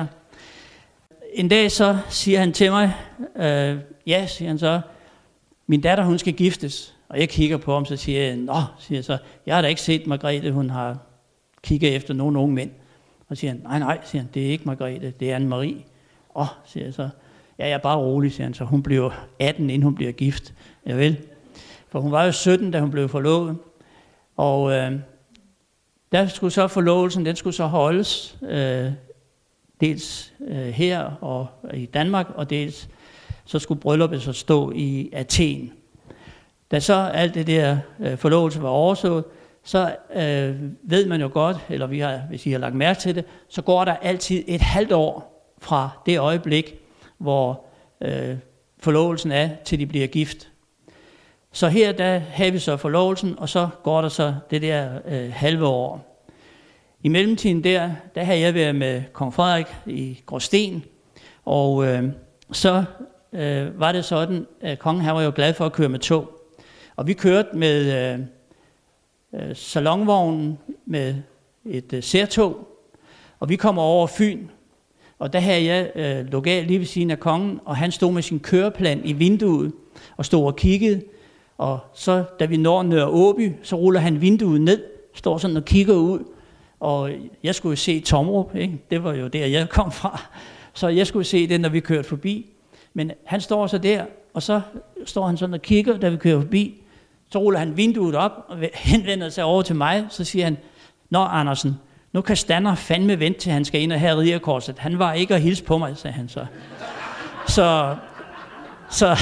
En dag så siger han til mig, øh, ja, siger han så, min datter, hun skal giftes. Og jeg kigger på ham, så siger jeg, nå, siger jeg så, jeg har da ikke set Margrethe, hun har kigget efter nogen unge mænd. Og siger han, nej, nej, siger han, det er ikke Margrethe, det er Anne-Marie. Åh, siger jeg så, ja, jeg er bare rolig, siger han så, hun bliver atten, inden hun bliver gift. Ja vel, for hun var jo sytten, da hun blev forlovet. Og øh, der skulle så forlovelsen, den skulle så holdes, øh, dels øh, her og i Danmark, og dels så skulle brylluppet så stå i Athen. Da så alt det der øh, forlovelse var overstået, så øh, ved man jo godt, eller vi har, hvis I har lagt mærke til det, så går der altid et halvt år fra det øjeblik, hvor øh, forlovelsen er, til de bliver gift. Så her der har vi så forlovelsen, og så går der så det der øh, halve år. I mellemtiden der, der har jeg været med kong Frederik i Gråsten, og øh, så øh, var det sådan, at kongen her var jo glad for at køre med tog. Og vi kørte med øh, øh, salonvognen med et øh, særtog, og vi kommer over Fyn, og der havde jeg øh, lokal lige ved siden af kongen, og han stod med sin køreplan i vinduet og stod og kiggede. Og så da vi når Nørre Åby, så ruller han vinduet ned, står sådan og kigger ud. Og jeg skulle se Tomrup, ikke? Det var jo der, jeg kom fra. Så jeg skulle se det, når vi kørte forbi. Men han står så der, og så står han sådan og kigger, da vi kører forbi. Så ruller han vinduet op og henvender sig over til mig. Så siger han, nå Andersen, nu kan Stander fandme vente til han skal ind og have ridderkorset. Han var ikke at hilse på mig, sagde han så. Så, så,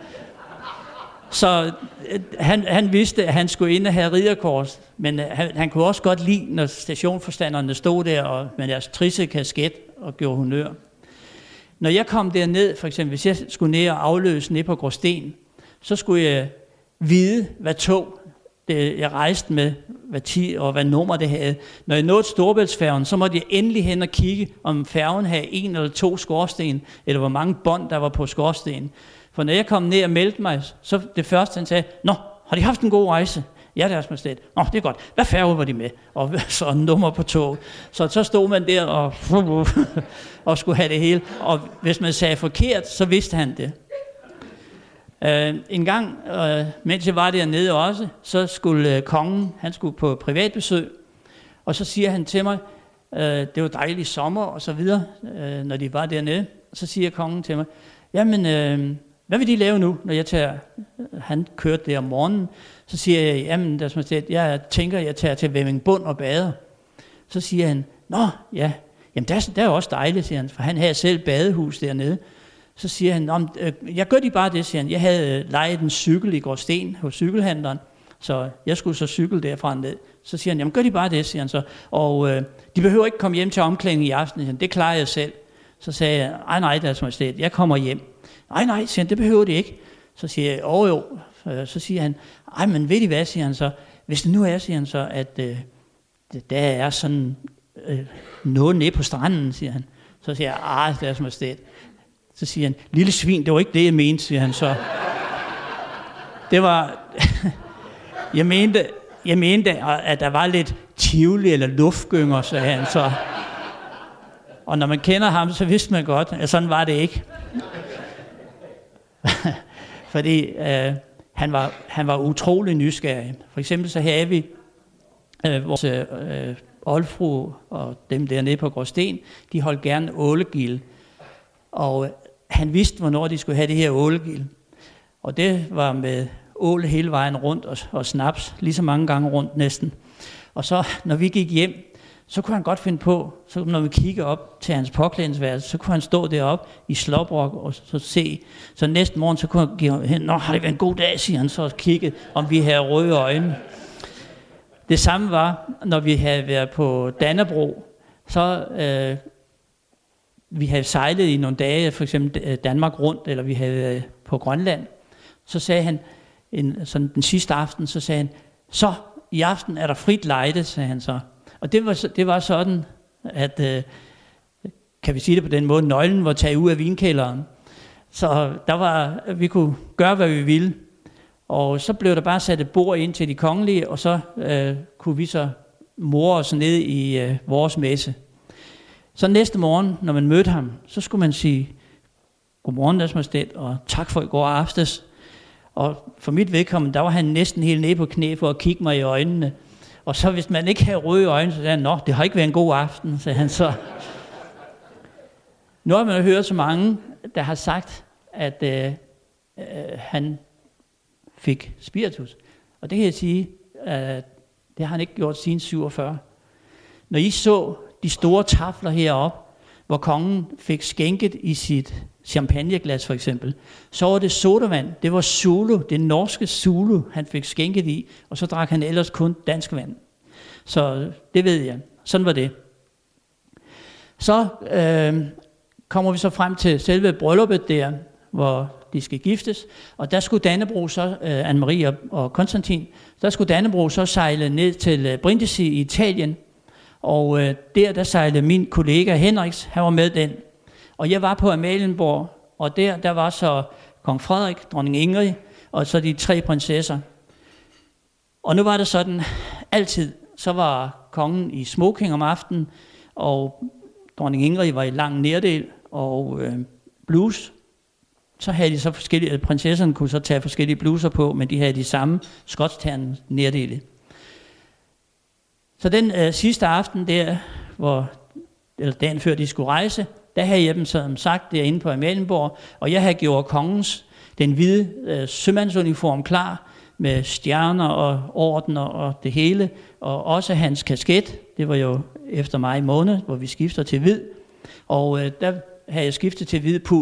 så han, han vidste, at han skulle ind og have ridderkors. Men han, han kunne også godt lide, når stationforstanderne stod der og med deres trisse kasket og gjorde honør. Når jeg kom derned, for eksempel hvis jeg skulle ned og afløse ned på Gråsten, så skulle jeg vide, hvad tog det, jeg rejste med, hvad tid og hvad nummer det havde. Når jeg nåede Storebæltsfærgen, så måtte jeg endelig hen og kigge, om færgen havde en eller to skorsten, eller hvor mange bånd, der var på skorstenen. For når jeg kom ned og meldte mig, så det første han sagde, nå, har de haft en god rejse? Ja, deres majestæt. Nå, det er godt. Hvad færge var de med? Og så nummer på tog. Så så stod man der og, og skulle have det hele. Og hvis man sagde forkert, så vidste han det. Uh, en gang, uh, mens jeg var dernede også, så skulle uh, kongen, han skulle på privatbesøg, og så siger han til mig, uh, det var dejlig sommer og så videre, uh, når de var dernede, så siger kongen til mig, jamen, uh, hvad vil de lave nu, når jeg tager, han kørte der om morgenen, så siger jeg, jamen, der, jeg, jeg tænker, jeg tager til Vemmingbund og bader. Så siger han, nå, ja, jamen, der, der er også dejligt, siger han, for han havde selv badehus dernede. Så siger han, jeg gør de bare det, siger han. Jeg havde lejet en cykel i Gråsten hos cykelhandleren, så jeg skulle så cykle derfra ned. Så siger han, jamen gør de bare det, siger han så. Og øh, de behøver ikke komme hjem til omklædning i aften, siger han. Det klarer jeg selv. Så sagde jeg, nej, nej, deres majestæt, jeg kommer hjem. Nej, nej, siger han, det behøver de ikke. Så siger jeg, åh jo. Så siger han, ej, men ved de hvad, siger han så. Hvis det nu er, siger han så, at øh, der er sådan øh, noget nede på stranden, siger han. Så siger jeg, ej, deres majestæt. Så siger han, lille svin, det var ikke det, jeg mente, siger han så. Det var... jeg, mente, jeg mente, at der var lidt tivoli eller luftgynger, sagde han så. Og når man kender ham, så vidste man godt, at sådan var det ikke. Fordi øh, han, var, han var utrolig nysgerrig. For eksempel så havde vi øh, vores øh, oldfru og dem dernede på Gråsten, de holdt gerne ålegilde. Og øh, han vidste, hvornår de skulle have det her ålegilde. Og det var med ål hele vejen rundt og, og snaps, lige så mange gange rundt næsten. Og så, når vi gik hjem, så kunne han godt finde på, så når vi kigger op til hans påklædningsværelse, så kunne han stå deroppe i slåbrok og så se. Så næste morgen, så kunne han give hen, nå, har det været en god dag, siger han så, og kigge, om vi havde røde øjne. Det samme var, når vi havde været på Dannebrog, så øh, vi havde sejlet i nogle dage, for eksempel Danmark rundt, eller vi havde været på Grønland. Så sagde han, en, sådan den sidste aften, så sagde han, så i aften er der frit lejde, sagde han så. Og det var, det var sådan, at, øh, kan vi sige det på den måde, nøglen var taget ud af vinkælderen. Så der var, vi kunne gøre, hvad vi ville. Og så blev der bare sat et bord ind til de kongelige, og så øh, kunne vi så more os ned i øh, vores messe. Så næste morgen, når man mødte ham, så skulle man sige, godmorgen, Deres Majestæt, og tak for i går aftes. Og for mit vedkommende, der var han næsten helt nede på knæ for at kigge mig i øjnene. Og så hvis man ikke havde røde øjne, så sagde han, nå, det har ikke været en god aften, sagde han så. Nu har man jo hørt så mange, der har sagt, at øh, øh, han fik spiritus. Og det kan jeg sige, at det har han ikke gjort siden syvogfyrre. Når I så de store tafler heroppe, hvor kongen fik skænket i sit champagneglas for eksempel, så var det sodavand, det var Zulu, det norske Zulu, han fik skænket i, og så drak han ellers kun dansk vand. Så det ved jeg. Sådan var det. Så øh, kommer vi så frem til selve brylluppet der, hvor de skal giftes, og der skulle Dannebrog så, øh, Anne-Marie og, og Konstantin, der skulle Dannebrog så sejle ned til øh, Brindisi i Italien, og øh, der, der sejlede min kollega Henriks, han var med den. Og jeg var på Amalienborg, og der, der var så kong Frederik, dronning Ingrid, og så de tre prinsesser. Og nu var det sådan, altid, så var kongen i smoking om aftenen, og dronning Ingrid var i lang nærdel og øh, bluse. Så havde de så forskellige, prinsesserne kunne så tage forskellige bluser på, men de havde de samme skotsterne nærdele. Så den øh, sidste aften der, hvor, eller dagen før de skulle rejse, der havde jeg dem som sagt derinde på Amalienborg, og jeg havde gjort kongens, den hvide øh, sømandsuniform klar, med stjerner og ordener og det hele, og også hans kasket, det var jo efter maj måned, hvor vi skifter til hvid, og øh, der havde jeg skiftet til hvid pul.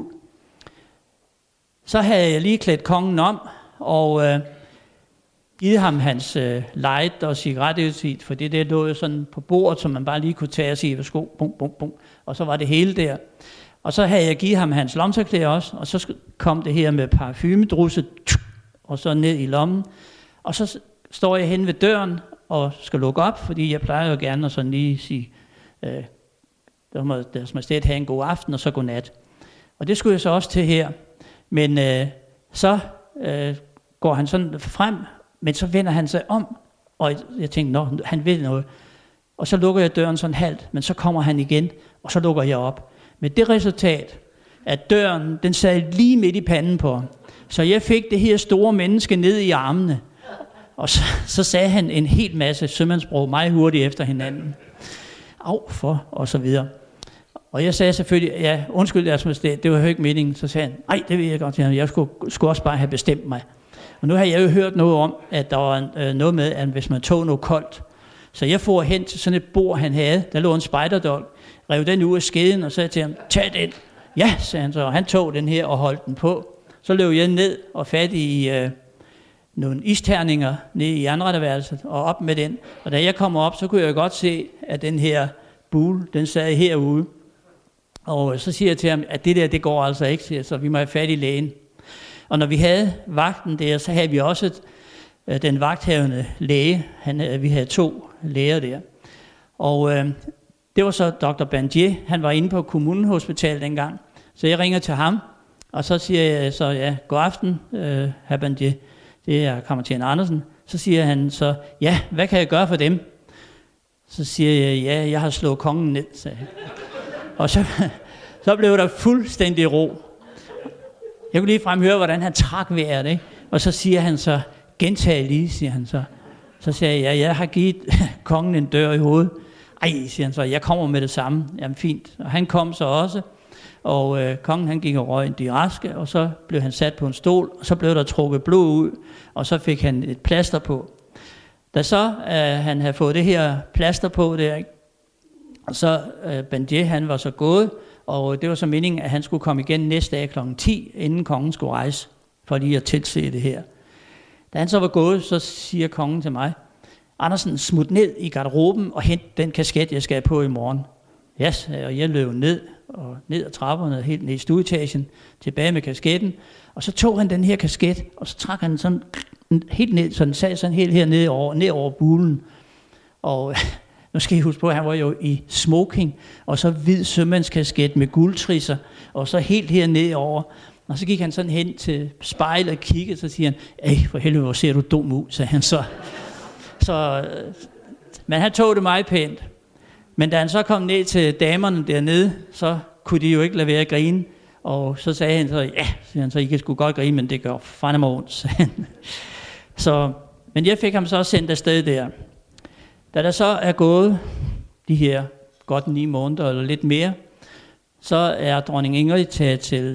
Så havde jeg lige klædt kongen om, og øh, givet ham hans øh, light og cigarettetit, for det der lå jo sådan på bordet, som man bare lige kunne tage og sige, værsgo, bum, bum, bum, og så var det hele der. Og så havde jeg givet ham hans lommetørklæde også, og så kom det her med parfumedrusse, og så ned i lommen. Og så står jeg hen ved døren og skal lukke op, fordi jeg plejer jo gerne at sådan lige sige, øh, der må Deres Majestæt have en god aften, og så god nat. Og det skulle jeg så også til her. Men øh, så øh, går han sådan frem, men så vender han sig om, og jeg tænkte, nå, han vil noget. Og så lukker jeg døren sådan halvt, men så kommer han igen, og så lukker jeg op. Med det resultat, at døren, den sad lige midt i panden på ham. Så jeg fik det her store menneske ned i armene. Og så, så sagde han en hel masse sømandssprog meget hurtigt efter hinanden. Au for, og så videre. Og jeg sagde selvfølgelig, ja, undskyld Deres Majestæt, det var jo ikke meningen. Så sagde han, nej, det ved jeg godt, jeg skulle, skulle også bare have bestemt mig. Og nu har jeg jo hørt noget om, at der var øh, noget med, at hvis man tog noget koldt. Så jeg får hen til sådan et bord, han havde. Der lå en spejderdolk. Rev den ud af skeden og sagde til ham, tag den. Ja, sagde han så. Og han tog den her og holdt den på. Så løb jeg ned og fat i øh, nogle isterninger ned i anretterværelset og op med den. Og da jeg kommer op, så kunne jeg godt se, at den her bule, den sad herude. Og så siger jeg til ham, at det der, det går altså ikke, så vi må have fat i lægen. Og når vi havde vagten der, så havde vi også øh, den vagthavende læge. Han, øh, vi havde to læger der. Og øh, det var så doktor Bandier, han var inde på kommunehospitalet dengang. Så jeg ringer til ham, og så siger jeg så, ja, god aften, øh, hr. Bandier, det er kammertjener Andersen. Så siger han så, ja, hvad kan jeg gøre for dem? Så siger jeg, ja, jeg har slået kongen ned, sagde han. Og så, så blev der fuldstændig ro. Jeg kunne lige frem høre, hvordan han trak vejret, ikke? Og så siger han så, gentag lige, siger han så. Så siger jeg, ja, jeg har givet kongen en dør i hovedet. Ej, siger han så, jeg kommer med det samme. Jamen fint. Og han kom så også, og øh, kongen han gik og røg en de raske, og så blev han sat på en stol, og så blev der trukket blod ud, og så fik han et plaster på. Da så øh, han havde fået det her plaster på der, ikke? Og så øh, Bandier, han var så gået, og det var så meningen, at han skulle komme igen næste dag klokken ti, inden kongen skulle rejse, for lige at tilse det her. Da han så var gået, så siger kongen til mig, Andersen, smut ned i garderoben og hent den kasket, jeg skal have på i morgen. Ja, yes, og jeg løb ned, og ned ad trapperne, helt ned i stueetagen, tilbage med kasketten, og så tog han den her kasket, og så trak han den sådan helt ned, så den sad sådan helt her ned over, ned over bulen. Og nu skal I huske på, at han var jo i smoking, og så hvid sømandskasket med guldtrisser, og så helt her ned over. Og så gik han sådan hen til spejlet og kiggede, så siger han, ej, for helvede, hvor ser du dum ud, sagde han så. så. Men han tog det meget pænt. Men da han så kom ned til damerne dernede, så kunne de jo ikke lade være at grine. Og så sagde han så, ja, siger han så, I kan sgu godt grine, men det gør fandme ondt, sagde han. Så, men jeg fik ham så sendt afsted der. Da der så er gået de her godt ni måneder eller lidt mere, så er dronning Ingrid taget til,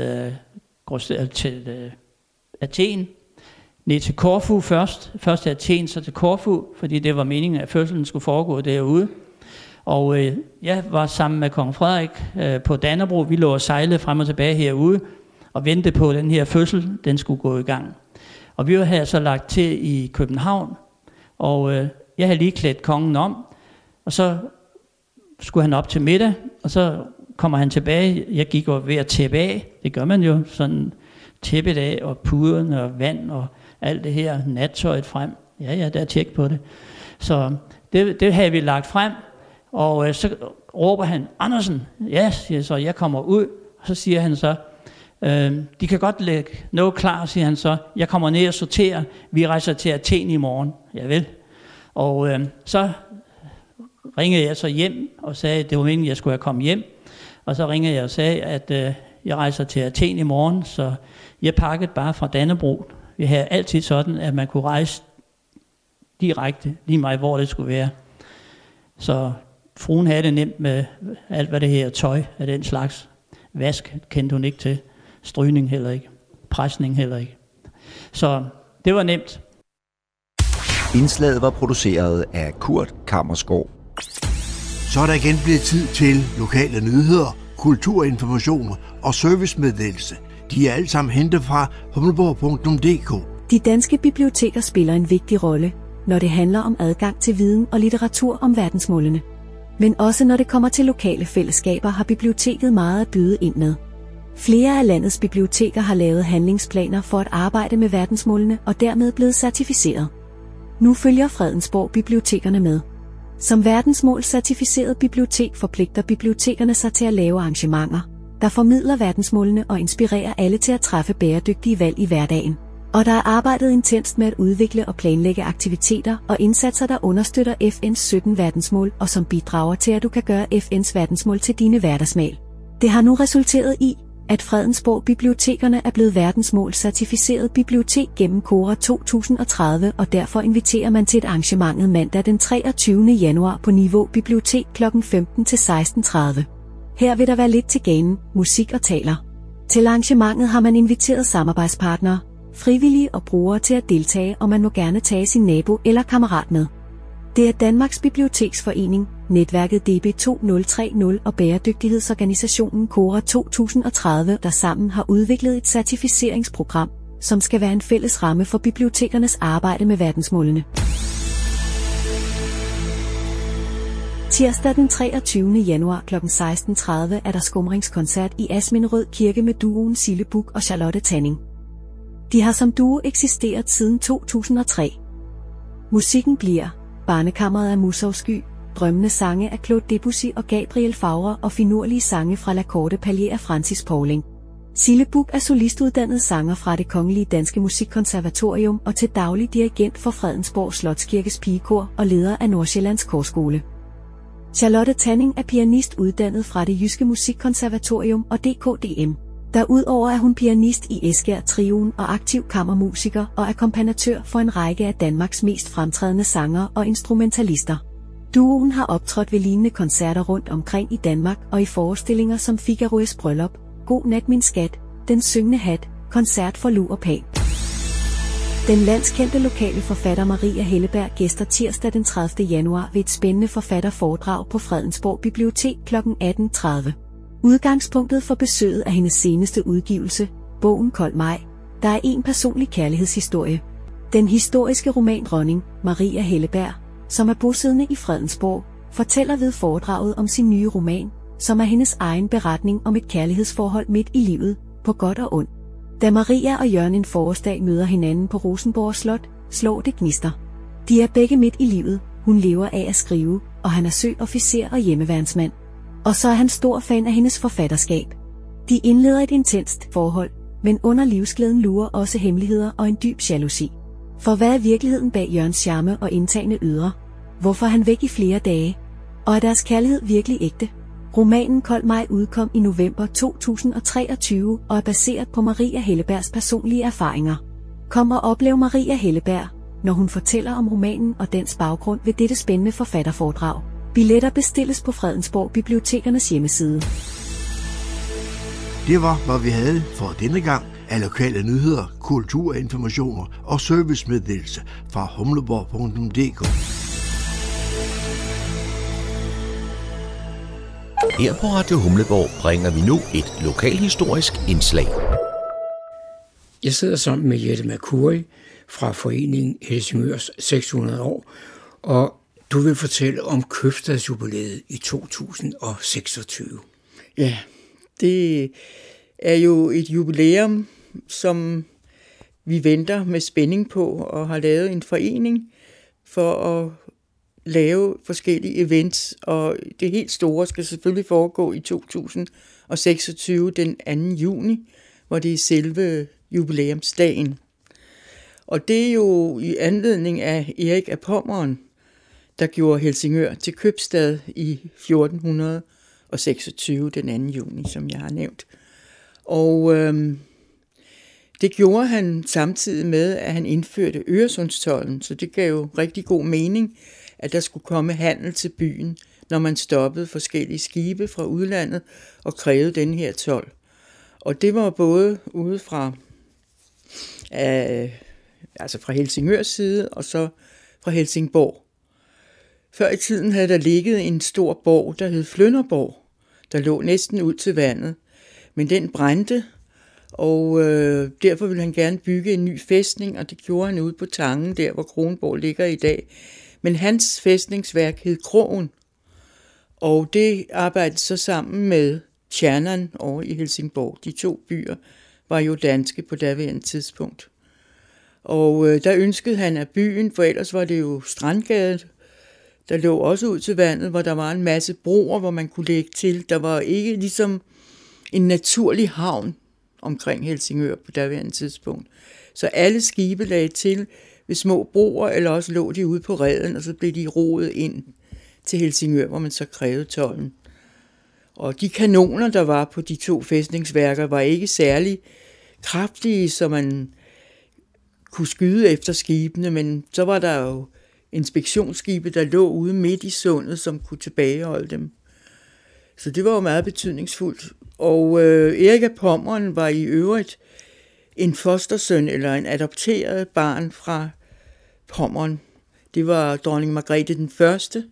øh, til øh, Athen, ned til Korfu først. Først til Athen, så til Korfu, fordi det var meningen, at fødslen skulle foregå derude. Og øh, jeg var sammen med kong Frederik øh, på Dannebrog. Vi lå og sejlede frem og tilbage herude, og ventede på, at den her fødsel, den skulle gå i gang. Og vi var her så lagt til i København, og øh, jeg havde lige klædt kongen om, og så skulle han op til middag, og så kommer han tilbage. Jeg gik over ved at tæppe af. Det gør man jo, sådan tæppet af, og puden og vand og alt det her, nattøjet frem. Ja, ja, der er tjek på det. Så det, det havde vi lagt frem, og øh, så råber han, Andersen, ja, siger så, jeg kommer ud, og så siger han så, øh, de kan godt lægge noget klar, siger han så, jeg kommer ned og sorterer, vi rejser til Athen i morgen. Ja vel. Og øh, så ringede jeg så hjem og sagde, at det var meningen, at jeg skulle have kommet hjem. Og så ringede jeg og sagde, at øh, jeg rejser til Athen i morgen, så jeg pakkede bare fra Dannebrog. Vi havde altid sådan, at man kunne rejse direkte, lige meget hvor det skulle være. Så fruen havde det nemt med alt, hvad det her tøj af den slags. Vask kendte hun ikke til. Strygning heller ikke. Presning heller ikke. Så det var nemt. Indslaget var produceret af Kurt Kammersgaard. Så er der igen blevet tid til lokale nyheder, kulturinformation og servicemeddelelse. De er alle sammen hentet fra humleborg punktum d k. De danske biblioteker spiller en vigtig rolle, når det handler om adgang til viden og litteratur om verdensmålene. Men også når det kommer til lokale fællesskaber, har biblioteket meget at byde ind med. Flere af landets biblioteker har lavet handlingsplaner for at arbejde med verdensmålene og dermed blevet certificeret. Nu følger Fredensborg bibliotekerne med. Som verdensmål-certificeret bibliotek forpligter bibliotekerne sig til at lave arrangementer, der formidler verdensmålene og inspirerer alle til at træffe bæredygtige valg i hverdagen. Og der er arbejdet intenst med at udvikle og planlægge aktiviteter og indsatser, der understøtter F N's sytten verdensmål og som bidrager til, at du kan gøre F N's verdensmål til dine hverdagsmål. Det har nu resulteret i, at Fredensborg Bibliotekerne er blevet verdensmål-certificeret bibliotek gennem Kora to tusind og tredive, og derfor inviterer man til et arrangementet mandag den treogtyvende januar på Niveau Bibliotek klokken femten til seksten tredive. Her vil der være lidt til ganen, musik og taler. Til arrangementet har man inviteret samarbejdspartnere, frivillige og brugere til at deltage, og man må gerne tage sin nabo eller kammerat med. Det er Danmarks Biblioteksforening, netværket D B to nul tre nul og bæredygtighedsorganisationen Kora to tusind og tredive, der sammen har udviklet et certificeringsprogram, som skal være en fælles ramme for bibliotekernes arbejde med verdensmålene. Tirsdag den treogtyvende januar klokken seksten tredive er der skumringskoncert i Asminderød Kirke med duoen Sille Buch og Charlotte Tanning. De har som duo eksisteret siden to tusind og tre. Musikken bliver Barnekammeret af Musovsky, drømmende sange af Claude Debussy og Gabriel Fauré og finurlige sange fra La Corte Palier af Francis Poulenc. Sille Buch er solistuddannet sanger fra Det Kongelige Danske Musikkonservatorium og til daglig dirigent for Fredensborg Slotskirkes Pigekor og leder af Nordsjællands Korskole. Charlotte Tanning er pianist uddannet fra Det Jyske Musikkonservatorium og D K D M. Derudover er hun pianist i Esbjerg Trioen og aktiv kammermusiker og akkompagnatør for en række af Danmarks mest fremtrædende sangere og instrumentalister. Duoen har optrådt ved lignende koncerter rundt omkring i Danmark og i forestillinger som Figaro's Bryllup, God nat min skat, Den syngende hat, Koncert for Lur og Pan. Den landskendte lokale forfatter Maria Helleberg gæster tirsdag den tredivte januar ved et spændende forfatterforedrag på Fredensborg Bibliotek klokken atten tredive. Udgangspunktet for besøget er hendes seneste udgivelse, bogen Kold Maj, der er en personlig kærlighedshistorie. Den historiske romandronning, Maria Helleberg, som er bosiddende i Fredensborg, fortæller ved foredraget om sin nye roman, som er hendes egen beretning om et kærlighedsforhold midt i livet, på godt og ondt. Da Maria og Jørgen en forårsdag møder hinanden på Rosenborg Slot, slår det gnister. De er begge midt i livet, hun lever af at skrive, og han er søofficer og hjemmeværnsmand. Og så er han stor fan af hendes forfatterskab. De indleder et intenst forhold, men under livsglæden lurer også hemmeligheder og en dyb jalousi. For hvad er virkeligheden bag Jørgens charme og indtagende ydre? Hvorfor er han væk i flere dage? Og er deres kærlighed virkelig ægte? Romanen Kold Maj udkom i november to tusind og treogtyve og er baseret på Maria Hellebergs personlige erfaringer. Kom og oplev Maria Helleberg, når hun fortæller om romanen og dens baggrund ved dette spændende forfatterforedrag. Billetter bestilles på Fredensborg Bibliotekernes hjemmeside. Det var, hvad vi havde for denne gang af lokale nyheder, kulturinformationer og servicemeddelelse fra humleborg punktum d k. Her på Radio Humleborg bringer vi nu et lokalhistorisk indslag. Jeg sidder sammen med Jette Mercuri fra foreningen Helsingørs seks hundrede år, og du vil fortælle om købstadsjubilæet i to tusind og seksogtyve. Ja, det er jo et jubilæum, som vi venter med spænding på og har lavet en forening for at lave forskellige events, og det helt store skal selvfølgelig foregå i to tusind og seksogtyve den anden juni, hvor det er selve jubilæumsdagen. Og det er jo i anledning af Erik af Pommern, der gjorde Helsingør til købstad i fjorten seksogtyve den anden juni, som jeg har nævnt. Og øhm, det gjorde han samtidig med, at han indførte Øresundstolden, så det gav jo rigtig god mening, at der skulle komme handel til byen, når man stoppede forskellige skibe fra udlandet og krævede den her told. Og det var både ude fra, øh, altså fra Helsingørs side og så fra Helsingborg. Før i tiden havde der ligget en stor borg, der hed Flønderborg, der lå næsten ud til vandet. Men den brændte, og øh, derfor ville han gerne bygge en ny fæstning, og det gjorde han ude på Tangen, der hvor Kronborg ligger i dag. Men hans fæstningsværk hed Krogen, og det arbejdede så sammen med Tjerneren over i Helsingborg. De to byer var jo danske på daværende tidspunkt. Og øh, der ønskede han af byen, for ellers var det jo Strandgade, der lå også ud til vandet, hvor der var en masse broer, hvor man kunne lægge til. Der var ikke ligesom en naturlig havn omkring Helsingør på daværende tidspunkt. Så alle skibe lagde til ved små broer, eller også lå de ude på reden, og så blev de roet ind til Helsingør, hvor man så krævede tolden. Og de kanoner, der var på de to fæstningsværker, var ikke særlig kraftige, så man kunne skyde efter skibene, men så var der jo inspektionsskibe, der lå ude midt i sundet, som kunne tilbageholde dem. Så det var jo meget betydningsfuldt. Og øh, Erik af Pommern var i øvrigt en fostersøn, eller en adopteret barn fra Pommern. Det var dronning Margrethe den Første,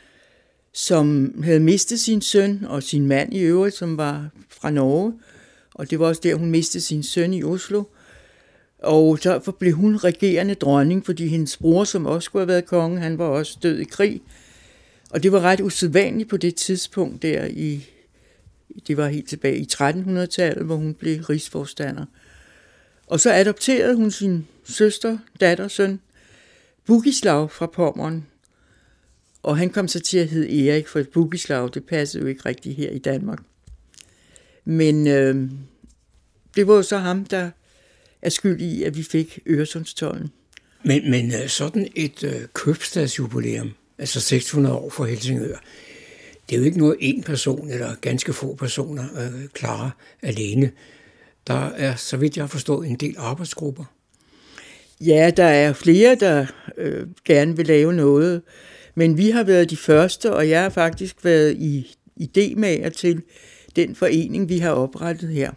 som havde mistet sin søn, og sin mand i øvrigt, som var fra Norge. Og det var også der, hun mistede sin søn i Oslo. Og derfor blev hun regerende dronning, fordi hendes bror, som også skulle have været konge, han var også død i krig. Og det var ret usædvanligt på det tidspunkt der i, det var helt tilbage i trettenhundredetallet, hvor hun blev rigsforstander. Og så adopterede hun sin søster, datter, søn, Bugislav fra Pommern. Og han kom så til at hedde Erik, for Bugislav, det passede jo ikke rigtigt her i Danmark. Men øh, det var jo så ham, der er skyld i, at vi fik Øresundstolden. Men, men sådan et øh, købstadsjubilæum, altså seks hundrede år for Helsingør, det er jo ikke noget en person eller ganske få personer øh, klarer alene. Der er, så vidt jeg har forstået, en del arbejdsgrupper. Ja, der er flere, der øh, gerne vil lave noget, men vi har været de første, og jeg har faktisk været i idémager til den forening, vi har oprettet her.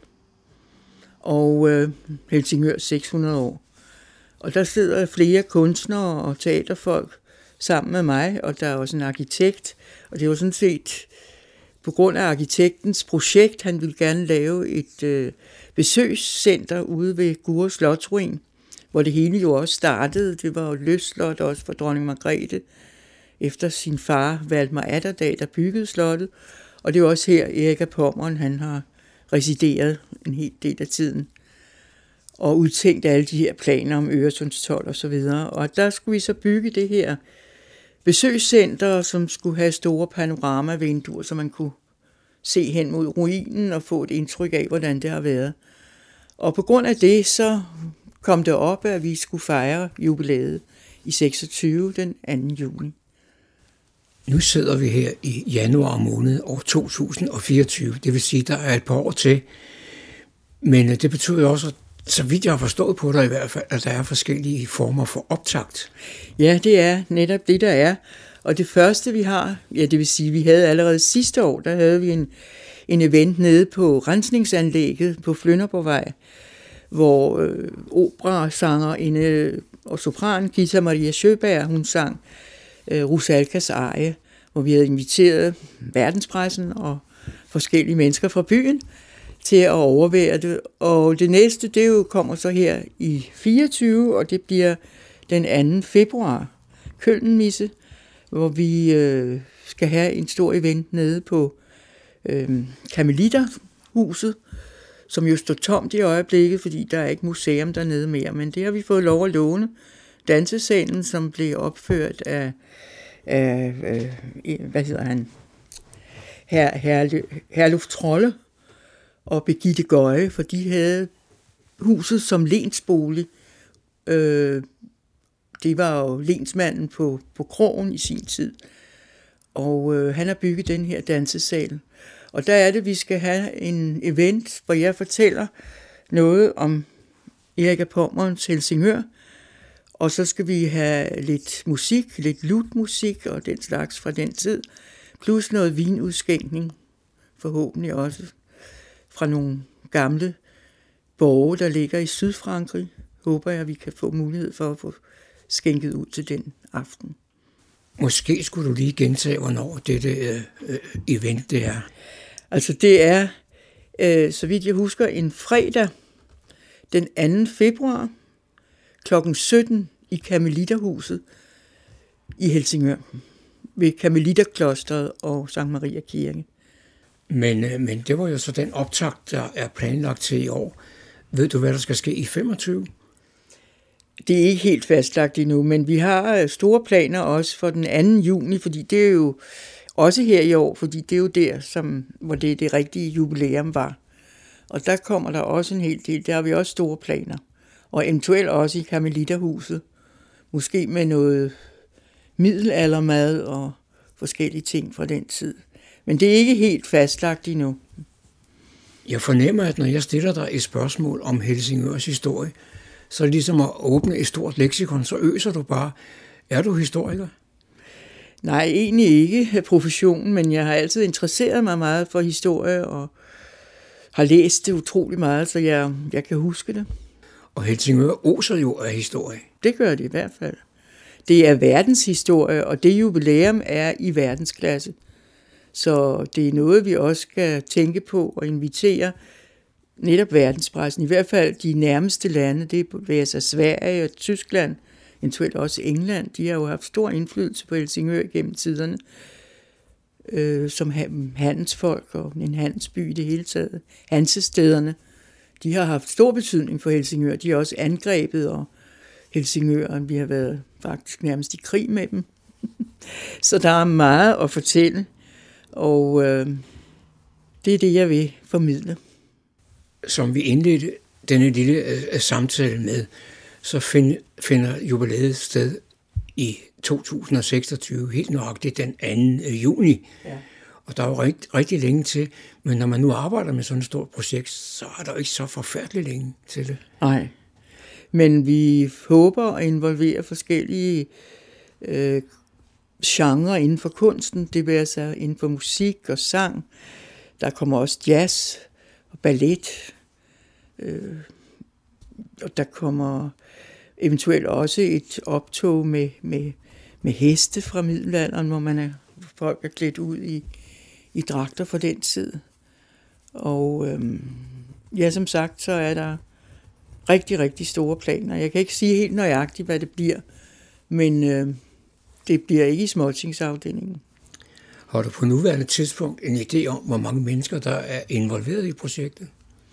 Og øh, Helsingør seks hundrede år. Og der sidder flere kunstnere og teaterfolk sammen med mig, og der er også en arkitekt. Og det var sådan set på grund af arkitektens projekt, han ville gerne lave et øh, besøgscenter ude ved Gurre Slotsruin, hvor det hele jo også startede. Det var jo lystslot også for dronning Margrethe, efter sin far Valdemar Atterdag, der byggede slottet. Og det er også her, Erik af Pommern, han har resideret en hel del af tiden og udtænkt alle de her planer om Øresundstold og så videre. Og der skulle vi så bygge det her besøgscenter, som skulle have store panoramavinduer, så man kunne se hen mod ruinen og få et indtryk af, hvordan det har været. Og på grund af det, så kom det op, at vi skulle fejre jubilæet i seksogtyve den anden juni. Nu sidder vi her i januar måned år to tusind og fireogtyve, det vil sige, der er et par år til. Men det betyder også, så vidt jeg har forstået på dig i hvert fald, at der er forskellige former for optakt. Ja, det er netop det, der er. Og det første, vi har, ja, det vil sige, vi havde allerede sidste år, der havde vi en, en event nede på rensningsanlægget på Flynderborgvej, hvor øh, operasangerinde og sopran Gita Maria Sjøberg, hun sang øh, Rusalkas arie, hvor vi havde inviteret verdenspressen og forskellige mennesker fra byen til at overvære det. Og det næste, det jo kommer så her i fireogtyve, og det bliver den anden februar, Kølnmisse, hvor vi øh, skal have en stor event nede på øh, Karmeliterhuset, som jo står tomt i øjeblikket, fordi der er ikke museum dernede mere, men det har vi fået lov at låne. Dansesalen, som blev opført af, af øh, hvad hedder han, Her, Herle, Herluf Trolle og Birgitte Gøje, for de havde huset som lensbolig. Øh, det var jo lensmanden på, på krogen i sin tid, og øh, han har bygget den her dansesal. Og der er det, vi skal have en event, hvor jeg fortæller noget om Erik af Pommerns Helsingør, og så skal vi have lidt musik, lidt lutmusik og den slags fra den tid, plus noget vinudskænkning, forhåbentlig også fra nogle gamle borge, der ligger i Sydfrankrig. Håber jeg, at vi kan få mulighed for at få skænket ud til den aften. Måske skulle du lige gentage, hvornår dette øh, event det er. Altså det er, øh, så vidt jeg husker, en fredag den anden februar klokken sytten i Karmeliterhuset i Helsingør, ved Karmeliterklosteret og Sankt Maria Kirke. Men, øh, men det var jo så den optakt, der er planlagt til i år. Ved du, hvad der skal ske i femogtyve? Det er ikke helt fastlagt endnu, men vi har store planer også for den anden juni, fordi det er jo også her i år, fordi det er jo der, som, hvor det, det rigtige jubilæum var. Og der kommer der også en hel del, der har vi også store planer. Og eventuelt også i Karmeliterhuset, måske med noget middelaldermad og forskellige ting fra den tid. Men det er ikke helt fastlagt endnu. Jeg fornemmer, at når jeg stiller dig et spørgsmål om Helsingørs historie, så ligesom at åbne et stort leksikon, så øser du bare. Er du historiker? Nej, egentlig ikke af professionen, men jeg har altid interesseret mig meget for historie og har læst det utrolig meget, så jeg, jeg kan huske det. Og Helsingør oser jo af historie. Det gør det i hvert fald. Det er verdenshistorie, og det jubilæum er i verdensklasse. Så det er noget, vi også skal tænke på og invitere netop verdenspressen, i hvert fald de nærmeste lande, det er altså Sverige og Tyskland, eventuelt også England, de har jo haft stor indflydelse på Helsingør gennem tiderne, øh, som handelsfolk og en handelsby i det hele taget. Hansestederne, de har haft stor betydning for Helsingør, de har også angrebet, og Helsingør, vi har været faktisk nærmest i krig med dem. Så der er meget at fortælle, og øh, det er det, jeg vil formidle. som vi indledte denne lille uh, samtale med, så find, finder jubilæet sted i to tusind og seksogtyve, helt nøjagtigt den anden juni. Ja. Og der er jo rigt, rigtig længe til, men når man nu arbejder med sådan et stort projekt, så er der jo ikke så forfærdeligt længe til det. Nej, men vi håber at involvere forskellige øh, genrer inden for kunsten. Det vil altså inden for musik og sang. Der kommer også jazz og ballet. Øh, og der kommer eventuelt også et optog med, med, med heste fra middelalderen, hvor man er, folk er klædt ud i, i dragter fra den tid. Og øhm, ja, som sagt, så er der rigtig, rigtig store planer. Jeg kan ikke sige helt nøjagtigt, hvad det bliver, men øh, det bliver ikke i småtingsafdelingen. Har du på nuværende tidspunkt en idé om, hvor mange mennesker, der er involveret i projektet?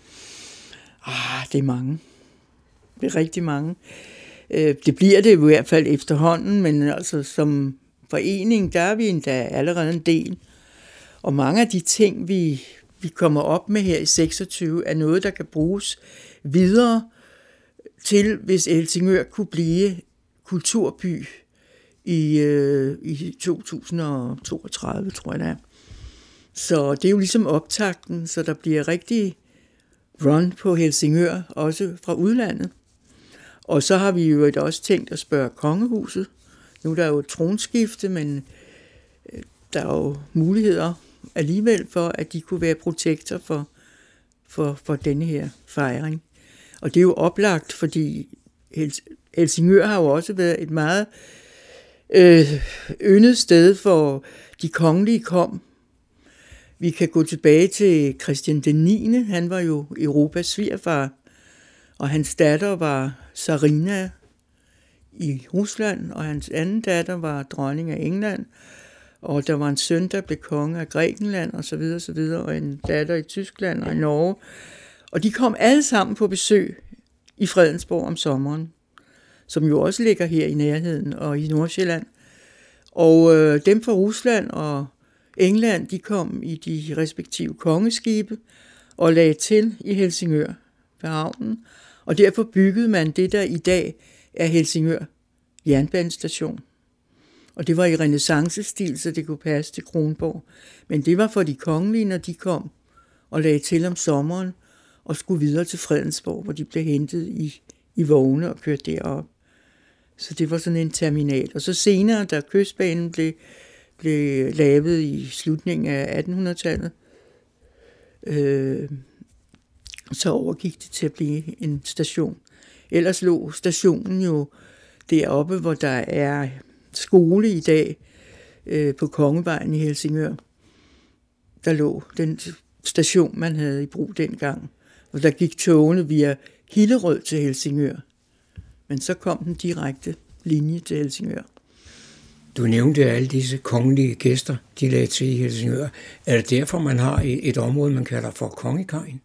Ah, det er mange. Det er rigtig mange. Det bliver det i hvert fald efterhånden, men altså som forening, der er vi endda allerede en del. Og mange af de ting, vi, vi kommer op med her i seksogtyve, er noget, der kan bruges videre til, hvis Helsingør kunne blive kulturby i, øh, i to tusind og toogtredive, tror jeg det er. Så det er jo ligesom optakten, så der bliver rigtig run på Helsingør, også fra udlandet. Og så har vi jo også tænkt at spørge kongehuset. Nu er der jo et tronskifte, men der er jo muligheder alligevel for, at de kunne være protektor for, for, for denne her fejring. Og det er jo oplagt, fordi Helsingør har jo også været et meget øh, yndet sted, for de kongelige kom. Vi kan gå tilbage til Christian den niende. Han var jo Europas svigerfar, og hans datter var Tsarina i Rusland, og hans anden datter var dronning af England, og der var en søn, der blev konge af Grækenland, og så videre, så videre, og en datter i Tyskland og i Norge. Og de kom alle sammen på besøg i Fredensborg om sommeren, som jo også ligger her i nærheden og i Nordsjælland. Og øh, dem fra Rusland og England, de kom i de respektive kongeskibe og lagde til i Helsingør ved havnen, og derfor byggede man det, der i dag er Helsingør jernbanestation. Og det var i renæssancestil, så det kunne passe til Kronborg. Men det var for de kongelige, når de kom og lagde til om sommeren og skulle videre til Fredensborg, hvor de blev hentet i, i vogne og kørt derop. Så det var sådan en terminal. Og så senere, da kystbanen blev, blev lavet i slutningen af attenhundredetallet, øh, så overgik det til at blive en station. Ellers lå stationen jo deroppe, hvor der er skole i dag, øh, på Kongevejen i Helsingør. Der lå den station, man havde i brug dengang, og der gik togene via Hillerød til Helsingør. Men så kom den direkte linje til Helsingør. Du nævnte alle disse kongelige gæster, de lagde til i Helsingør. Er det derfor, man har et område, man kalder for Kongekajen?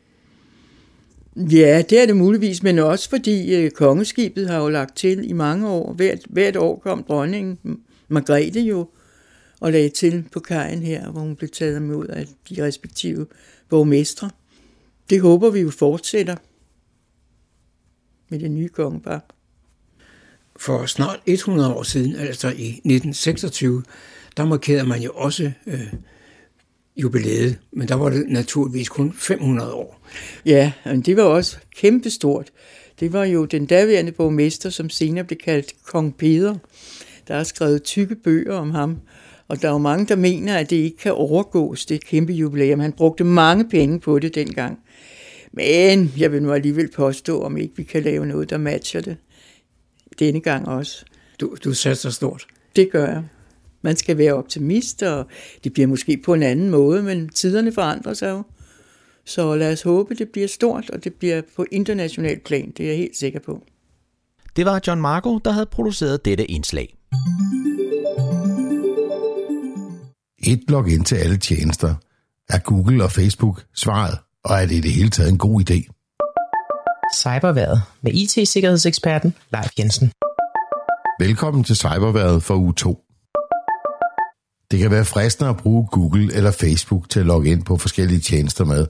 Ja, det er det muligvis, men også fordi øh, kongeskibet har jo lagt til i mange år. Hvert, hvert år kom dronningen Margrethe jo og lagde til på kajen her, hvor hun blev taget imod af de respektive borgmestre. Det håber vi jo fortsætter med det nye kongepar. For snart hundrede år siden, altså i nitten seksogtyve, der markerede man jo også øh, jubilæet, men der var det naturligvis kun fem hundrede år. Ja, men det var også kæmpestort. Det var jo den daværende borgmester, som senere blev kaldt Kong Peder. Der er skrevet tykke bøger om ham, og der er jo mange, der mener, at det ikke kan overgås, det kæmpe jubilæum. Han brugte mange penge på det dengang. Men jeg vil nu alligevel påstå, om ikke vi kan lave noget, der matcher det. Denne gang også. Du, du satser stort. Det gør jeg. Man skal være optimist, og det bliver måske på en anden måde, men tiderne forandrer sig jo. Så lad os håbe, det bliver stort, og det bliver på international plan. Det er jeg helt sikker på. Det var John Marco, der havde produceret dette indslag. Et login til alle tjenester. Er Google og Facebook svaret, og er det i det hele taget en god idé? Cyberværet med I T-sikkerhedseksperten Leif Jensen. Velkommen til Cyberværet for uge to. Det kan være fristende at bruge Google eller Facebook til at logge ind på forskellige tjenester med,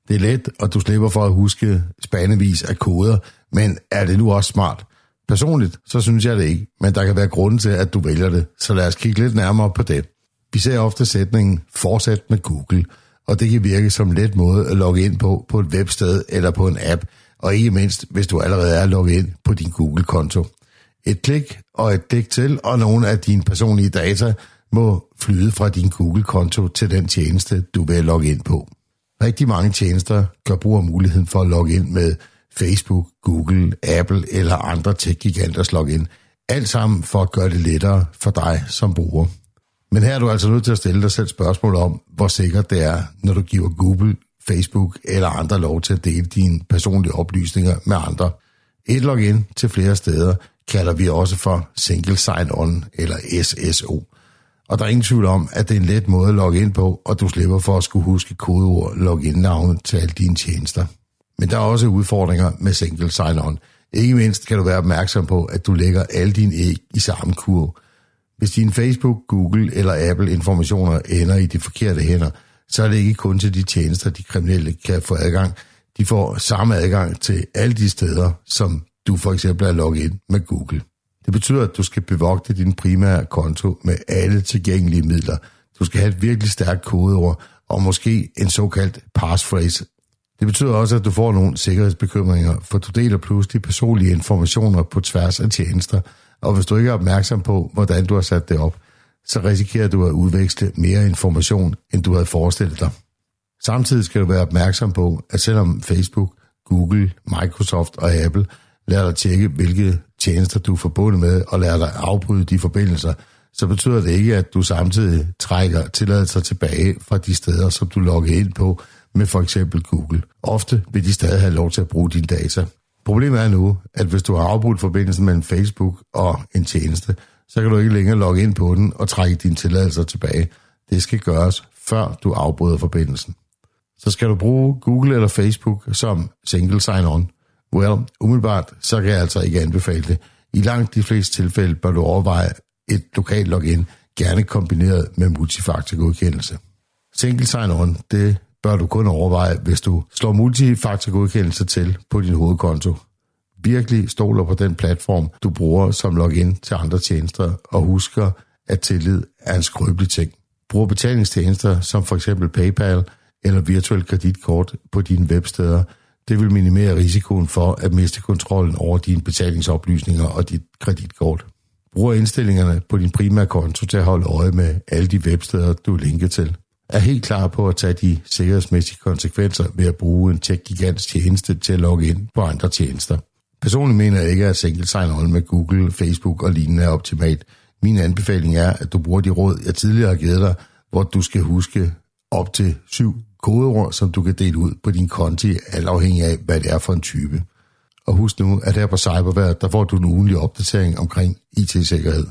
Det er let, og du slipper for at huske spandevis af koder, men er det nu også smart? Personligt, så synes jeg det ikke, men der kan være grund til, at du vælger det, så lad os kigge lidt nærmere på det. Vi ser ofte sætningen, fortsæt med Google, og det kan virke som en let måde at logge ind på på et websted eller på en app, og ikke mindst, hvis du allerede er logget ind på din Google-konto. Et klik og et klik til, og nogle af dine personlige data må flyde fra din Google-konto til den tjeneste, du vil logge ind på. Rigtig mange tjenester gør brug af muligheden for at logge ind med Facebook, Google, Apple eller andre tech-giganters login. Alt sammen for at gøre det lettere for dig som bruger. Men her er du altså nødt til at stille dig selv spørgsmål om, hvor sikkert det er, når du giver Google, Facebook eller andre lov til at dele dine personlige oplysninger med andre. Et login til flere steder kalder vi også for Single Sign-On eller S S O. Og der er ingen tvivl om, at det er en let måde at logge ind på, og du slipper for at skulle huske kodeord login-navnet til alle dine tjenester. Men der er også udfordringer med Single Sign-On. Ikke mindst kan du være opmærksom på, at du lægger alle dine æg i samme kurv. Hvis dine Facebook, Google eller Apple informationer ender i de forkerte hænder, så er det ikke kun til de tjenester, de kriminelle kan få adgang. De får samme adgang til alle de steder, som du for eksempel er logget ind med Google. Det betyder, at du skal bevogte din primære konto med alle tilgængelige midler. Du skal have et virkelig stærkt kodeord og måske en såkaldt passphrase. Det betyder også, at du får nogle sikkerhedsbekymringer, for du deler pludselig personlige informationer på tværs af tjenester, og hvis du ikke er opmærksom på, hvordan du har sat det op, så risikerer du at udveksle mere information, end du havde forestillet dig. Samtidig skal du være opmærksom på, at selvom Facebook, Google, Microsoft og Apple lærer dig tjekke, hvilke tjenester du er forbundet med, og lærer dig afbryde de forbindelser, så betyder det ikke, at du samtidig trækker tilladelser tilbage fra de steder, som du logger ind på med for eksempel Google. Ofte vil de stadig have lov til at bruge dine data. Problemet er nu, at hvis du har afbrudt forbindelsen mellem Facebook og en tjeneste, så kan du ikke længere logge ind på den og trække dine tilladelser tilbage. Det skal gøres, før du afbryder forbindelsen. Så skal du bruge Google eller Facebook som single sign-on. Well, umiddelbart, så kan jeg altså ikke anbefale det. I langt de fleste tilfælde bør du overveje et lokalt login, gerne kombineret med multifaktorgodkendelse. Single sign-on, det bør du kun overveje, hvis du slår multifaktorgodkendelse til på din hovedkonto. Virkelig stoler på den platform, du bruger som login til andre tjenester, og husker, at tillid er en skrøbelig ting. Brug betalingstjenester som for eksempel PayPal eller virtuel kreditkort på dine websteder. Det vil minimere risikoen for at miste kontrollen over dine betalingsoplysninger og dit kreditkort. Brug indstillingerne på din primære konto til at holde øje med alle de websteder, du er linket til. Er helt klar på at tage de sikkerhedsmæssige konsekvenser ved at bruge en tech-gigants tjeneste til at logge ind på andre tjenester. Personligt mener jeg ikke, at single sign-on med Google, Facebook og lignende er optimalt. Min anbefaling er, at du bruger de råd, jeg tidligere har givet dig, hvor du skal huske op til syv kodeord, som du kan dele ud på din konti, alt afhængig af, hvad det er for en type. Og husk nu, at her på Cyberværet, der får du en ugentlig opdatering omkring I T-sikkerhed.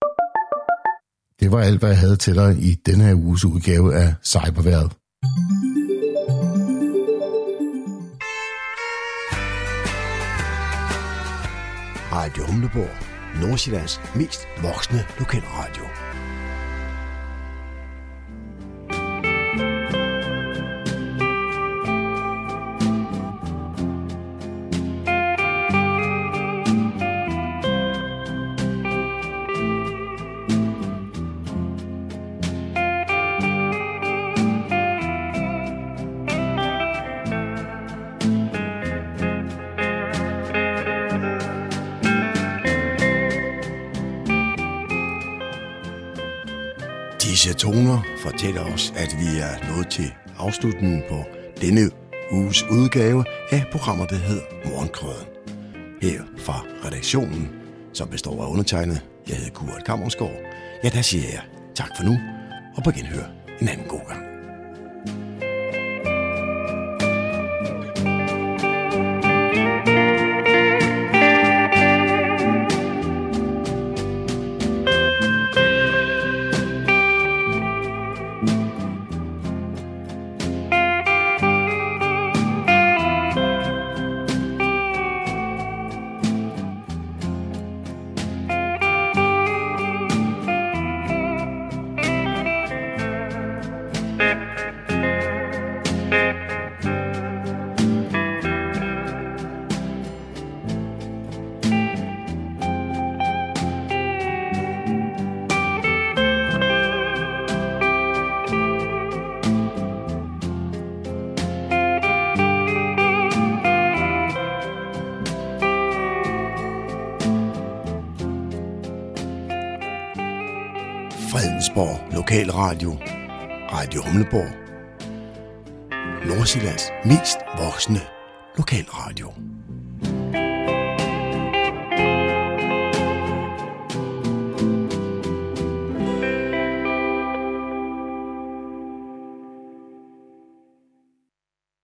Det var alt, hvad jeg havde til dig i denne her uges udgave af Cyberværet. Radio Humleborg, Nordsjællands mest voksne lokalradio. Disse toner fortæller os, at vi er nået til afslutningen på denne uges udgave af programmet, der hedder Morgenkrøden. Her fra redaktionen, som består af undertegnet, jeg hedder Kurt Kammersgaard. Ja, der siger jeg tak for nu, og på genhør en anden god gang. Fredensborg Lokalradio, Radio Humleborg, Nordsjællands mest voksne lokalradio.